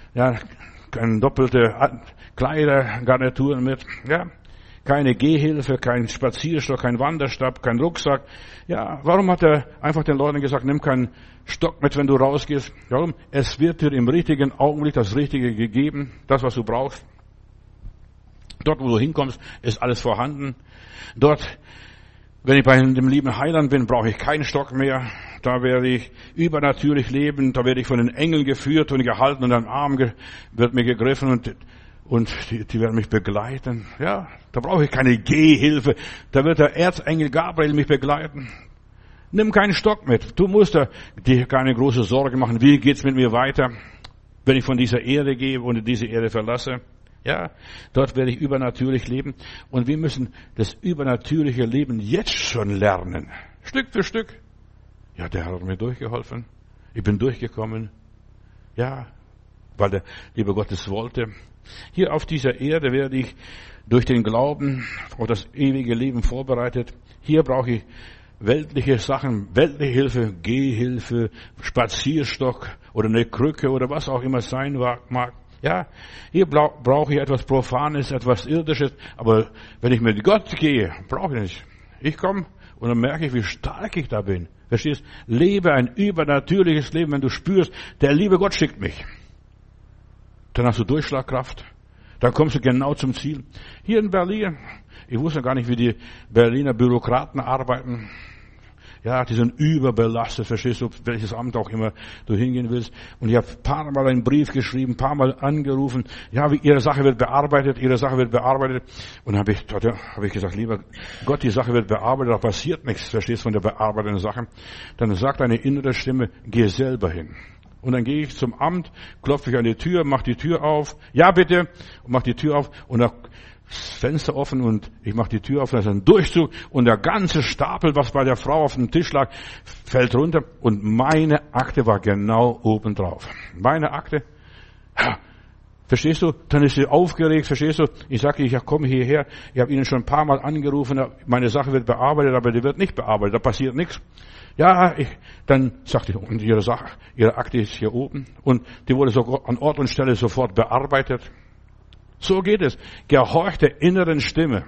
doppelte Kleider, Garnituren mit, ja. Keine Gehhilfe, kein Spazierstock, kein Wanderstab, kein Rucksack. Ja, warum hat er einfach den Leuten gesagt, nimm keinen Stock mit, wenn du rausgehst? Warum? Es wird dir im richtigen Augenblick das Richtige gegeben, das, was du brauchst. Dort, wo du hinkommst, ist alles vorhanden. Dort, wenn ich bei dem lieben Heiland bin, brauche ich keinen Stock mehr. Da werde ich übernatürlich leben, da werde ich von den Engeln geführt und gehalten und am Arm wird mir gegriffen und die werden mich begleiten. Ja, da brauche ich keine Gehhilfe. Da wird der Erzengel Gabriel mich begleiten. Nimm keinen Stock mit. Du musst dir keine große Sorge machen. Wie geht's mit mir weiter, wenn ich von dieser Erde gehe und diese Erde verlasse? Ja, dort werde ich übernatürlich leben. Und wir müssen das übernatürliche Leben jetzt schon lernen. Stück für Stück. Ja, der hat mir durchgeholfen. Ich bin durchgekommen. Ja, weil der liebe Gott es wollte. Hier auf dieser Erde werde ich durch den Glauben auf das ewige Leben vorbereitet. Hier brauche ich weltliche Sachen, weltliche Hilfe, Gehhilfe, Spazierstock oder eine Krücke oder was auch immer es sein mag. Ja, hier brauche ich etwas Profanes, etwas Irdisches. Aber wenn ich mit Gott gehe, brauche ich nicht. Ich komme und dann merke ich, wie stark ich da bin. Verstehst? Lebe ein übernatürliches Leben, wenn du spürst, der liebe Gott schickt mich. Dann hast du Durchschlagkraft. Dann kommst du genau zum Ziel. Hier in Berlin, ich wusste gar nicht, wie die Berliner Bürokraten arbeiten. Ja, die sind überbelastet, verstehst du, welches Amt auch immer du hingehen willst. Und ich habe ein paar Mal einen Brief geschrieben, ein paar Mal angerufen. Ja, Ihre Sache wird bearbeitet, Ihre Sache wird bearbeitet. Und dann habe ich gesagt, lieber Gott, die Sache wird bearbeitet, da passiert nichts, verstehst du, von der bearbeiteten Sache. Dann sagt eine innere Stimme, geh selber hin. Und dann gehe ich zum Amt, klopfe ich an die Tür, mach die Tür auf. Ja, bitte. Und mach die Tür auf. Und da das Fenster offen und ich mache die Tür auf, da ist ein Durchzug und der ganze Stapel, was bei der Frau auf dem Tisch lag, fällt runter und meine Akte war genau oben drauf. Meine Akte, ja, verstehst du? Dann ist sie aufgeregt, verstehst du? Ich sage, ich komme hierher, ich habe Ihnen schon ein paar Mal angerufen, meine Sache wird bearbeitet, aber die wird nicht bearbeitet, da passiert nichts. Ja, dann sagte ich, und Ihre Akte ist hier oben und die wurde so an Ort und Stelle sofort bearbeitet. So geht es. Gehorch der inneren Stimme.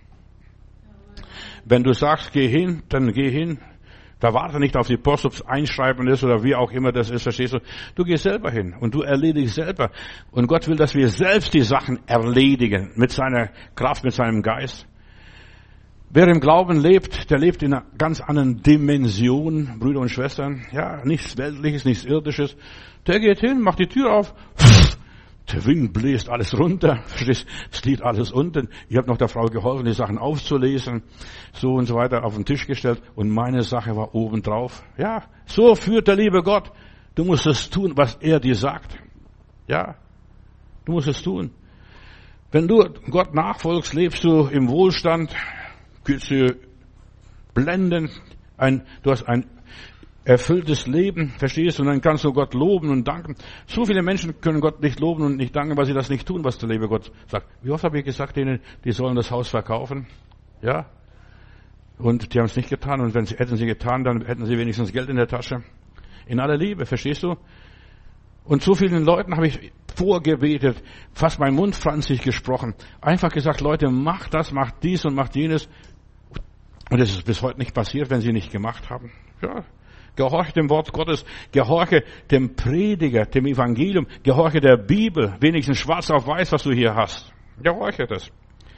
Wenn du sagst, geh hin, dann geh hin. Da warte nicht auf die Post, ob es einschreiben ist oder wie auch immer das ist, verstehst du? Du gehst selber hin und du erledigst selber. Und Gott will, dass wir selbst die Sachen erledigen mit seiner Kraft, mit seinem Geist. Wer im Glauben lebt, der lebt in einer ganz anderen Dimension, Brüder und Schwestern. Ja, nichts Weltliches, nichts Irdisches. Der geht hin, macht die Tür auf. Der Wind bläst alles runter. Es liegt alles unten. Ich habe noch der Frau geholfen, die Sachen aufzulesen. So und so weiter auf den Tisch gestellt. Und meine Sache war oben drauf. Ja, so führt der liebe Gott. Du musst es tun, was er dir sagt. Ja, du musst es tun. Wenn du Gott nachfolgst, lebst du im Wohlstand, geht's dir blendend, du hast ein erfülltes Leben, verstehst du, und dann kannst du Gott loben und danken. So viele Menschen können Gott nicht loben und nicht danken, weil sie das nicht tun, was der liebe Gott sagt. Wie oft habe ich gesagt denen, die sollen das Haus verkaufen? Ja? Und die haben es nicht getan, und hätten sie getan, dann hätten sie wenigstens Geld in der Tasche. In aller Liebe, verstehst du? Und so vielen Leuten habe ich vorgebetet, fast mein Mund franzig gesprochen. Einfach gesagt, Leute, macht das, macht dies und macht jenes. Und es ist bis heute nicht passiert, wenn sie nicht gemacht haben. Ja. Gehorche dem Wort Gottes, gehorche dem Prediger, dem Evangelium, gehorche der Bibel, wenigstens schwarz auf weiß, was du hier hast. Gehorche das.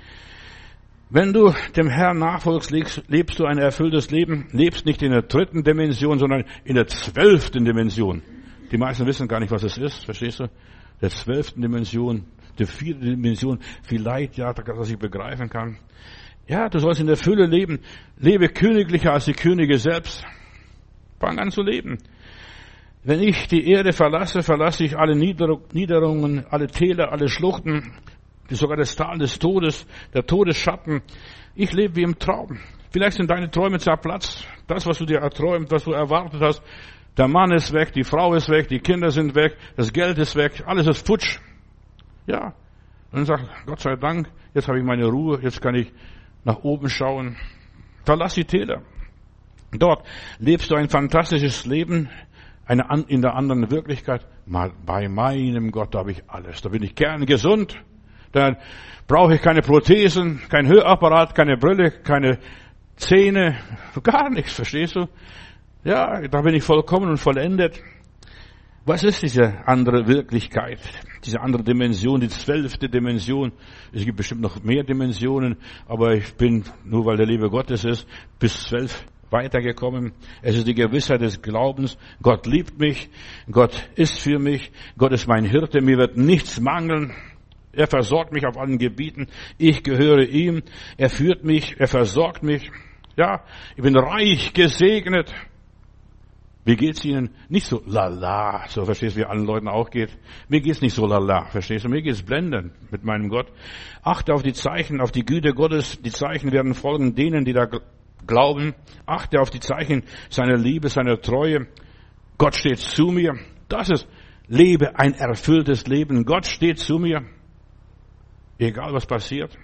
Wenn du dem Herrn nachfolgst, lebst du ein erfülltes Leben, lebst nicht in der 3. Dimension, sondern in der 12. Dimension. Die meisten wissen gar nicht, was es ist, verstehst du? Der 12. Dimension, der 4. Dimension, vielleicht, ja, dass ich begreifen kann. Ja, du sollst in der Fülle leben. Lebe königlicher als die Könige selbst. Fang an zu leben. Wenn ich die Erde verlasse, verlasse ich alle Niederungen, alle Täler, alle Schluchten, sogar das Tal des Todes, der Todesschatten. Ich lebe wie im Traum. Vielleicht sind deine Träume zerplatzt. Das, was du dir erträumt, was du erwartet hast. Der Mann ist weg, die Frau ist weg, die Kinder sind weg, das Geld ist weg, alles ist futsch. Ja. Und dann sagt Gott sei Dank, jetzt habe ich meine Ruhe, jetzt kann ich nach oben schauen. Verlass die Täler. Dort lebst du ein fantastisches Leben, in der anderen Wirklichkeit. Mal bei meinem Gott, da habe ich alles. Da bin ich gern gesund. Da brauche ich keine Prothesen, kein Hörapparat, keine Brille, keine Zähne, gar nichts, verstehst du? Ja, da bin ich vollkommen und vollendet. Was ist diese andere Wirklichkeit? Diese andere Dimension, die 12. Dimension. Es gibt bestimmt noch mehr Dimensionen, aber ich bin, nur weil der liebe Gott es ist, bis 12 weitergekommen. Es ist die Gewissheit des Glaubens. Gott liebt mich. Gott ist für mich. Gott ist mein Hirte. Mir wird nichts mangeln. Er versorgt mich auf allen Gebieten. Ich gehöre ihm. Er führt mich. Er versorgt mich. Ja, ich bin reich gesegnet. Wie geht's Ihnen? Nicht so lala, so verstehst du, wie allen Leuten auch geht. Mir geht's nicht so lala, verstehst du? Mir geht's blendend mit meinem Gott. Achte auf die Zeichen, auf die Güte Gottes. Die Zeichen werden folgen denen, die da glauben. Achte auf die Zeichen seiner Liebe, seiner Treue. Gott steht zu mir. Das ist, lebe ein erfülltes Leben. Gott steht zu mir. Egal was passiert.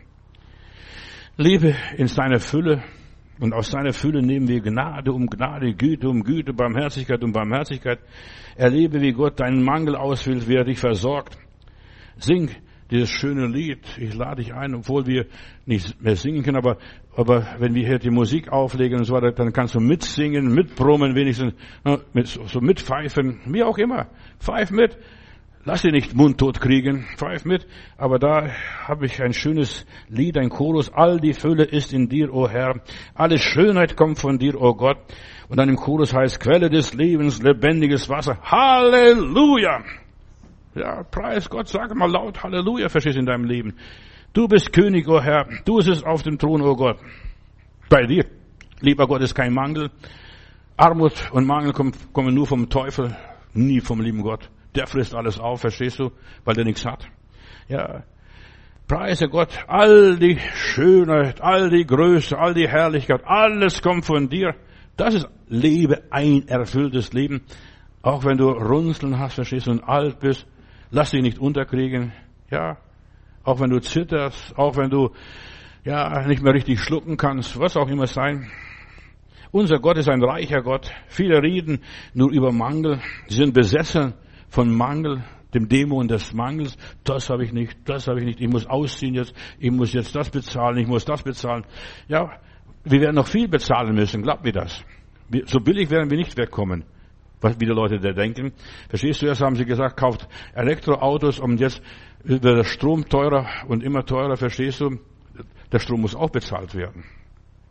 Lebe in seiner Fülle. Und aus seiner Fülle nehmen wir Gnade um Gnade, Güte um Güte, Barmherzigkeit um Barmherzigkeit. Erlebe, wie Gott deinen Mangel ausfüllt, wie er dich versorgt. Sing dieses schöne Lied. Ich lade dich ein, obwohl wir nicht mehr singen können, aber wenn wir hier die Musik auflegen und so weiter, dann kannst du mitsingen, mitbrummen, wenigstens so mitpfeifen, wie auch immer. Pfeif mit. Lass dich nicht mundtot kriegen, pfeif mit. Aber da habe ich ein schönes Lied, ein Chorus. All die Fülle ist in dir, o Herr. Alle Schönheit kommt von dir, o Gott. Und dann im Chorus heißt, Quelle des Lebens, lebendiges Wasser. Halleluja! Ja, preis Gott, sag mal laut Halleluja, verstehst du in deinem Leben. Du bist König, o Herr. Du sitzt auf dem Thron, o Gott. Bei dir, lieber Gott, ist kein Mangel. Armut und Mangel kommen nur vom Teufel, nie vom lieben Gott. Der frisst alles auf, verstehst du? Weil der nichts hat. Ja. Preise Gott, all die Schönheit, all die Größe, all die Herrlichkeit, alles kommt von dir. Das ist, lebe ein erfülltes Leben. Auch wenn du Runzeln hast, verstehst du, und alt bist, lass dich nicht unterkriegen. Ja. Auch wenn du zitterst, auch wenn du, ja, nicht mehr richtig schlucken kannst, was auch immer sein. Unser Gott ist ein reicher Gott. Viele reden nur über Mangel. Sie sind besessen von Mangel, dem Dämon des Mangels. Das habe ich nicht, ich muss ausziehen jetzt, ich muss jetzt das bezahlen, ich muss das bezahlen. Ja, wir werden noch viel bezahlen müssen, glaubt mir das. So billig werden wir nicht wegkommen, wie die Leute da denken. Verstehst du, erst haben sie gesagt, kauft Elektroautos und jetzt wird der Strom teurer und immer teurer, verstehst du? Der Strom muss auch bezahlt werden.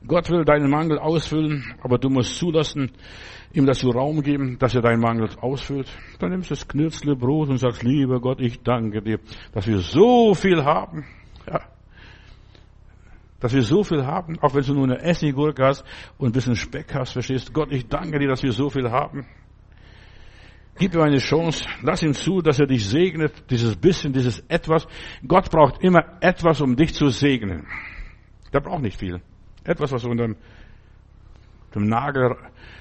Gott will deinen Mangel ausfüllen, aber du musst zulassen, ihm dazu Raum geben, dass er deinen Mangel ausfüllt. Dann nimmst du das Knürzle Brot und sagst, lieber Gott, ich danke dir, dass wir so viel haben. Ja. Dass wir so viel haben, auch wenn du nur eine Essiggurke hast und ein bisschen Speck hast, verstehst du? Gott, ich danke dir, dass wir so viel haben. Gib ihm eine Chance, lass ihm zu, dass er dich segnet, dieses bisschen, dieses Etwas. Gott braucht immer etwas, um dich zu segnen. Der braucht nicht viel. Etwas, was unter dem Nagel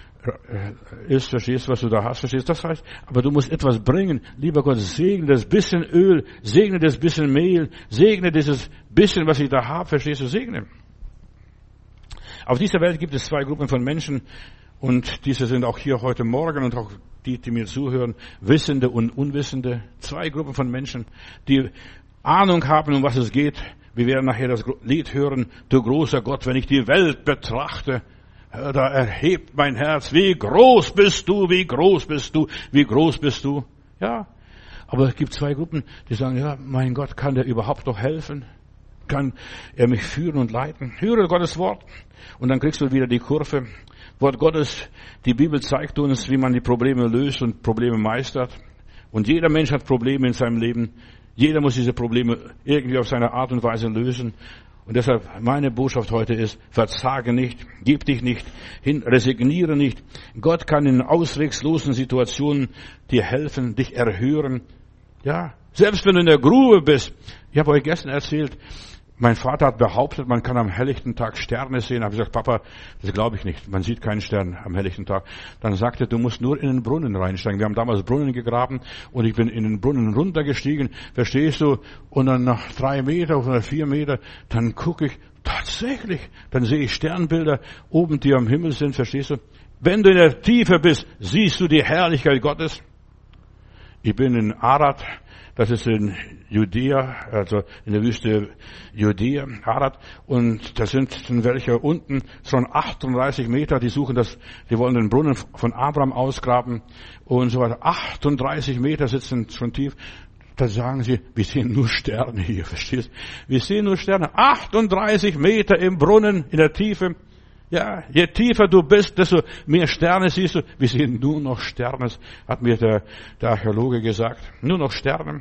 ist, verstehst du, was du da hast, verstehst du? Das heißt, aber du musst etwas bringen. Lieber Gott, segne das bisschen Öl, segne das bisschen Mehl, segne dieses bisschen, was ich da habe, verstehst du, segne. Auf dieser Welt gibt es zwei Gruppen von Menschen und diese sind auch hier heute Morgen und auch die mir zuhören, Wissende und Unwissende. Zwei Gruppen von Menschen, die Ahnung haben, um was es geht. Wir werden nachher das Lied hören, du großer Gott, wenn ich die Welt betrachte, da erhebt mein Herz, wie groß bist du, wie groß bist du, wie groß bist du. Ja, aber es gibt zwei Gruppen, die sagen, ja, mein Gott, kann der überhaupt noch helfen? Kann er mich führen und leiten? Höre Gottes Wort und dann kriegst du wieder die Kurve. Wort Gottes, die Bibel zeigt uns, wie man die Probleme löst und Probleme meistert. Und jeder Mensch hat Probleme in seinem Leben. Jeder muss diese Probleme irgendwie auf seine Art und Weise lösen. Und deshalb meine Botschaft heute ist, verzage nicht, gib dich nicht hin, resigniere nicht. Gott kann in auswegslosen Situationen dir helfen, dich erhören. Ja, selbst wenn du in der Grube bist. Ich habe euch gestern erzählt, mein Vater hat behauptet, man kann am helllichten Tag Sterne sehen. Da habe ich gesagt, Papa, das glaube ich nicht. Man sieht keinen Stern am helllichten Tag. Dann sagte er, du musst nur in den Brunnen reinsteigen. Wir haben damals Brunnen gegraben und ich bin in den Brunnen runtergestiegen. Verstehst du? Und dann nach 3 Meter oder 4 Meter, dann gucke ich, tatsächlich, dann sehe ich Sternbilder oben, die am Himmel sind. Verstehst du? Wenn du in der Tiefe bist, siehst du die Herrlichkeit Gottes. Ich bin in Arad. Das ist in Judäa, also in der Wüste Judäa, Arad. Und da sind welche unten, schon 38 Meter, die wollen den Brunnen von Abraham ausgraben und so weiter. 38 Meter sitzen schon tief. Da sagen sie, wir sehen nur Sterne hier, verstehst du? Wir sehen nur Sterne. 38 Meter im Brunnen, in der Tiefe. Ja, je tiefer du bist, desto mehr Sterne siehst du. Wir sehen nur noch Sterne, hat mir der Archäologe gesagt. Nur noch Sterne.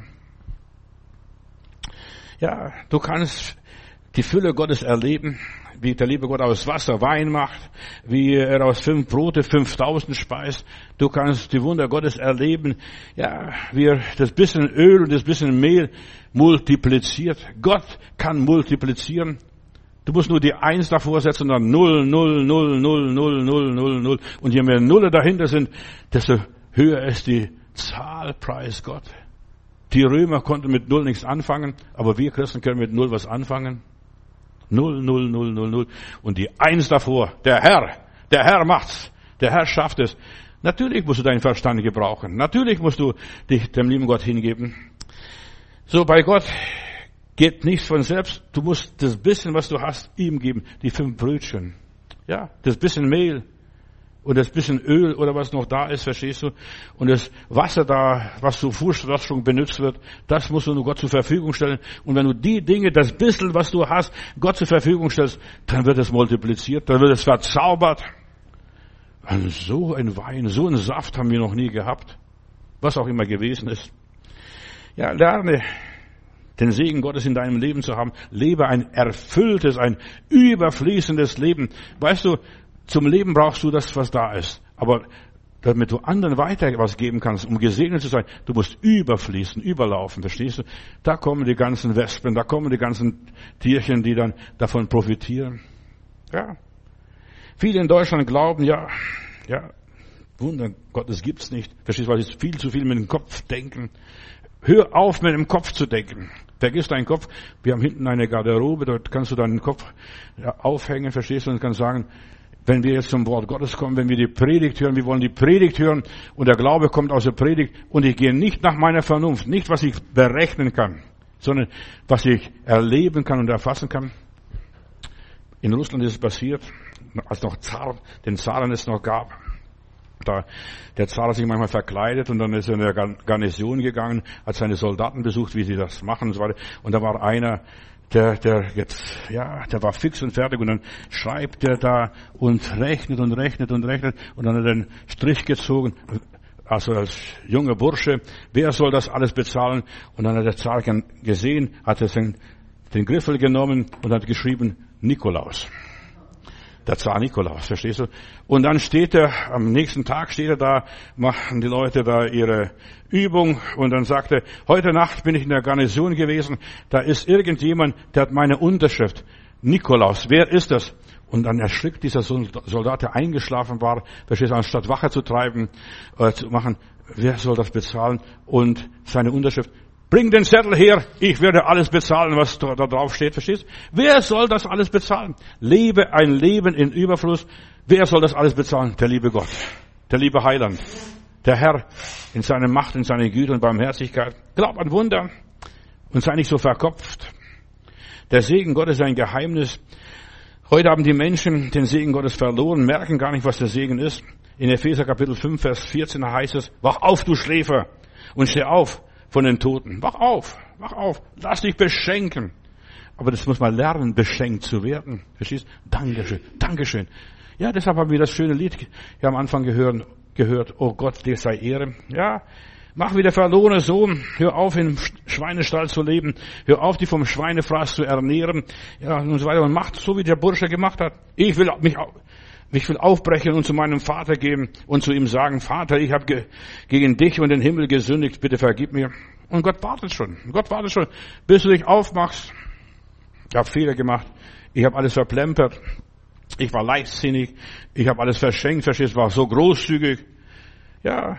Ja, du kannst die Fülle Gottes erleben, wie der liebe Gott aus Wasser Wein macht, wie er aus 5 Brote 5000 speist. Du kannst die Wunder Gottes erleben, ja, wie er das bisschen Öl und das bisschen Mehl multipliziert. Gott kann multiplizieren. Du musst nur die 1 davor setzen und dann 0, 0, 0, 0, 0, 0, 0, 0. Und je mehr Nulle dahinter sind, desto höher ist die Zahl, preis Gott. Die Römer konnten mit 0 nichts anfangen, aber wir Christen können mit 0 was anfangen. 0, 0, 0, 0, 0. Und die 1 davor, der Herr macht's, der Herr schafft es. Natürlich musst du deinen Verstand gebrauchen. Natürlich musst du dich dem lieben Gott hingeben. So, bei Gott geht nichts von selbst. Du musst das bisschen, was du hast, ihm geben. Die 5 Brötchen. Ja, das bisschen Mehl. Und das bisschen Öl oder was noch da ist, verstehst du? Und das Wasser da, was zur Fußwaschung benutzt wird, das musst du nur Gott zur Verfügung stellen. Und wenn du die Dinge, das bisschen, was du hast, Gott zur Verfügung stellst, dann wird es multipliziert, dann wird es verzaubert. Und so ein Wein, so ein Saft haben wir noch nie gehabt. Was auch immer gewesen ist. Ja, lerne den Segen Gottes in deinem Leben zu haben. Lebe ein erfülltes, ein überfließendes Leben. Weißt du, zum Leben brauchst du das, was da ist. Aber damit du anderen weiter was geben kannst, um gesegnet zu sein, du musst überfließen, überlaufen, verstehst du? Da kommen die ganzen Wespen, da kommen die ganzen Tierchen, die dann davon profitieren. Ja. Viele in Deutschland glauben, ja, Wunder Gottes gibt's nicht. Verstehst du, weil sie viel zu viel mit dem Kopf denken. Hör auf, mit dem Kopf zu denken. Vergiss deinen Kopf. Wir haben hinten eine Garderobe, dort kannst du deinen Kopf aufhängen, verstehst du, und kannst sagen, wenn wir jetzt zum Wort Gottes kommen, wenn wir die Predigt hören, wir wollen die Predigt hören und der Glaube kommt aus der Predigt und ich gehe nicht nach meiner Vernunft, nicht was ich berechnen kann, sondern was ich erleben kann und erfassen kann. In Russland ist es passiert, als noch den Zaren es noch gab. Der Zar hat sich manchmal verkleidet und dann ist er in der Garnison gegangen, hat seine Soldaten besucht, wie sie das machen und so weiter. Und da war einer, der war fix und fertig und dann schreibt er da und rechnet und rechnet und rechnet und dann hat er den Strich gezogen, also als junger Bursche, wer soll das alles bezahlen? Und dann hat der Zar gesehen, hat er den Griffel genommen und hat geschrieben, Nikolaus. Der Zar Nikolaus, verstehst du? Und dann am nächsten Tag steht er da, machen die Leute da ihre Übung und dann sagt er, heute Nacht bin ich in der Garnison gewesen, da ist irgendjemand, der hat meine Unterschrift. Nikolaus, wer ist das? Und dann erschrickt dieser Soldat, der eingeschlafen war, verstehst du, anstatt Wache zu treiben, zu machen, wer soll das bezahlen? Und seine Unterschrift, bring den Zettel her, ich werde alles bezahlen, was da drauf steht, verstehst? Wer soll das alles bezahlen? Lebe ein Leben in Überfluss. Wer soll das alles bezahlen? Der liebe Gott, der liebe Heiland, der Herr in seiner Macht, in seiner Güte und Barmherzigkeit. Glaub an Wunder und sei nicht so verkopft. Der Segen Gottes ist ein Geheimnis. Heute haben die Menschen den Segen Gottes verloren, merken gar nicht, was der Segen ist. In Epheser Kapitel 5, Vers 14 heißt es, wach auf, du Schläfer, und steh auf von den Toten. Wach auf, lass dich beschenken. Aber das muss man lernen, beschenkt zu werden. Verstehst? Dankeschön. Ja, deshalb haben wir das schöne Lied hier am Anfang gehört. Oh Gott, dir sei Ehre. Ja, mach wie der verlorene Sohn. Hör auf, im Schweinestall zu leben. Hör auf, dich vom Schweinefraß zu ernähren. Ja, und so weiter. Und mach so, wie der Bursche gemacht hat. Ich will aufbrechen und zu meinem Vater gehen und zu ihm sagen, Vater, ich habe gegen dich und den Himmel gesündigt, bitte vergib mir. Und Gott wartet schon, bis du dich aufmachst. Ich habe Fehler gemacht, ich habe alles verplempert, ich war leichtsinnig, ich habe alles verschenkt, verstehst, war so großzügig. Ja,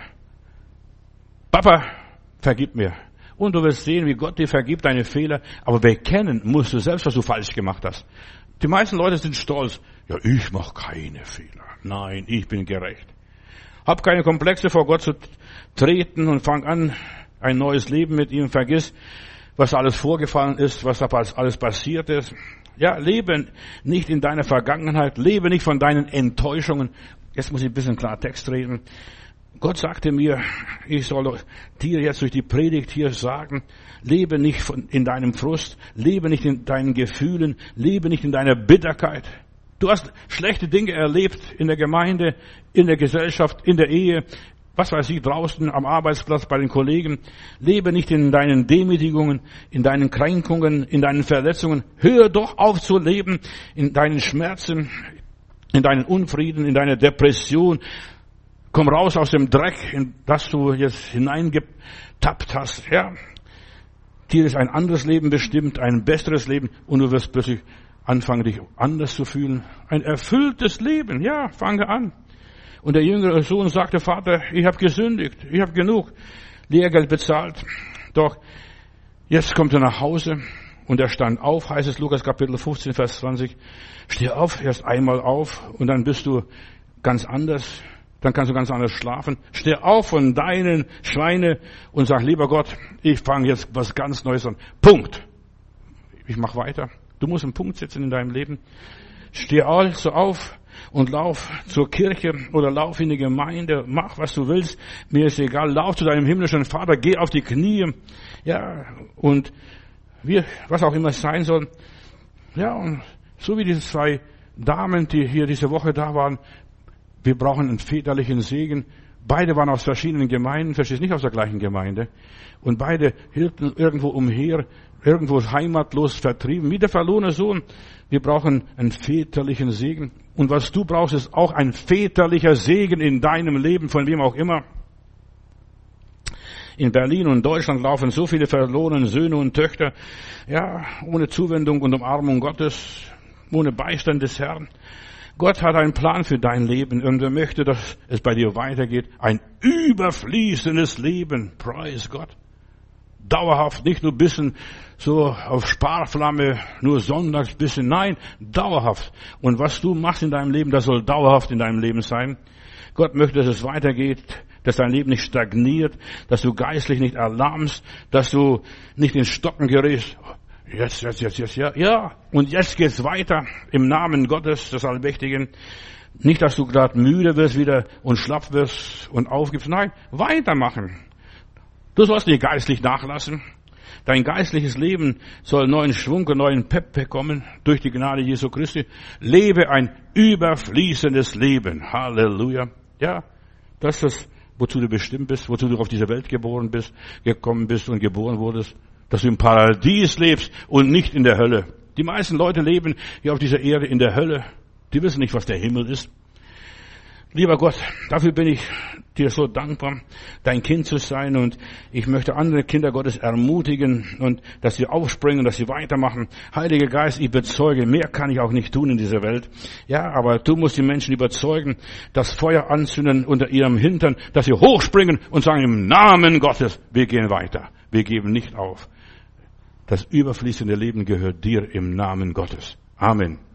Papa, vergib mir. Und du wirst sehen, wie Gott dir vergibt deine Fehler, aber bekennen musst du selbst, was du falsch gemacht hast. Die meisten Leute sind stolz. Ja, ich mache keine Fehler. Nein, ich bin gerecht. Hab keine Komplexe, vor Gott zu treten und fang an, ein neues Leben mit ihm. Vergiss, was alles vorgefallen ist, was da alles passiert ist. Ja, lebe nicht in deiner Vergangenheit, lebe nicht von deinen Enttäuschungen. Jetzt muss ich ein bisschen Klartext reden. Gott sagte mir, ich soll dir jetzt durch die Predigt hier sagen, lebe nicht in deinem Frust, lebe nicht in deinen Gefühlen, lebe nicht in deiner Bitterkeit. Du hast schlechte Dinge erlebt in der Gemeinde, in der Gesellschaft, in der Ehe, was weiß ich, draußen am Arbeitsplatz bei den Kollegen. Lebe nicht in deinen Demütigungen, in deinen Kränkungen, in deinen Verletzungen. Hör doch auf zu leben in deinen Schmerzen, in deinen Unfrieden, in deiner Depression. Komm raus aus dem Dreck, in das du jetzt hineingetappt hast. Ja, dir ist ein anderes Leben bestimmt, ein besseres Leben, und du wirst plötzlich anfangen, dich anders zu fühlen. Ein erfülltes Leben, ja, fange an. Und der jüngere Sohn sagte, Vater, ich habe gesündigt, ich habe genug Lehrgeld bezahlt. Doch jetzt kommt er nach Hause und er stand auf, heißt es Lukas Kapitel 15, Vers 20. Steh auf, erst einmal auf und dann bist du ganz anders. Dann kannst du ganz anders schlafen. Steh auf von deinen Schweine und sag, lieber Gott, ich fange jetzt was ganz Neues an. Punkt. Ich mache weiter. Du musst einen Punkt setzen in deinem Leben. Steh also auf und lauf zur Kirche oder lauf in die Gemeinde. Mach, was du willst. Mir ist egal. Lauf zu deinem himmlischen Vater. Geh auf die Knie. Ja, und was auch immer es sein soll. Ja, und so wie diese zwei Damen, die hier diese Woche da waren, wir brauchen einen väterlichen Segen. Beide waren aus verschiedenen Gemeinden, verstehst, nicht aus der gleichen Gemeinde. Und beide hielten irgendwo umher, irgendwo heimatlos vertrieben, wie der verlorene Sohn. Wir brauchen einen väterlichen Segen. Und was du brauchst, ist auch ein väterlicher Segen in deinem Leben, von wem auch immer. In Berlin und Deutschland laufen so viele verlorene Söhne und Töchter, ja, ohne Zuwendung und Umarmung Gottes, ohne Beistand des Herrn. Gott hat einen Plan für dein Leben und er möchte, dass es bei dir weitergeht. Ein überfließendes Leben. Preis Gott. Dauerhaft, nicht nur ein bisschen so auf Sparflamme, nur sonntags bisschen. Nein, dauerhaft. Und was du machst in deinem Leben, das soll dauerhaft in deinem Leben sein. Gott möchte, dass es weitergeht, dass dein Leben nicht stagniert, dass du geistlich nicht erlahmst, dass du nicht in Stocken gerätst. Jetzt, ja. Und jetzt geht's weiter im Namen Gottes, des Allmächtigen. Nicht, dass du gerade müde wirst wieder und schlapp wirst und aufgibst. Nein, weitermachen. Du sollst nicht geistlich nachlassen. Dein geistliches Leben soll neuen Schwung und neuen Pep bekommen durch die Gnade Jesu Christi. Lebe ein überfließendes Leben. Halleluja. Ja, das ist das, wozu du bestimmt bist, wozu du auf diese Welt gekommen bist und geboren wurdest. Dass du im Paradies lebst und nicht in der Hölle. Die meisten Leute leben hier auf dieser Erde in der Hölle. Die wissen nicht, was der Himmel ist. Lieber Gott, dafür bin ich dir so dankbar, dein Kind zu sein, und ich möchte andere Kinder Gottes ermutigen und dass sie aufspringen, dass sie weitermachen. Heiliger Geist, ich bezeuge, mehr kann ich auch nicht tun in dieser Welt. Ja, aber du musst die Menschen überzeugen, das Feuer anzünden unter ihrem Hintern, dass sie hochspringen und sagen, im Namen Gottes, wir gehen weiter. Wir geben nicht auf. Das überfließende Leben gehört dir im Namen Gottes. Amen.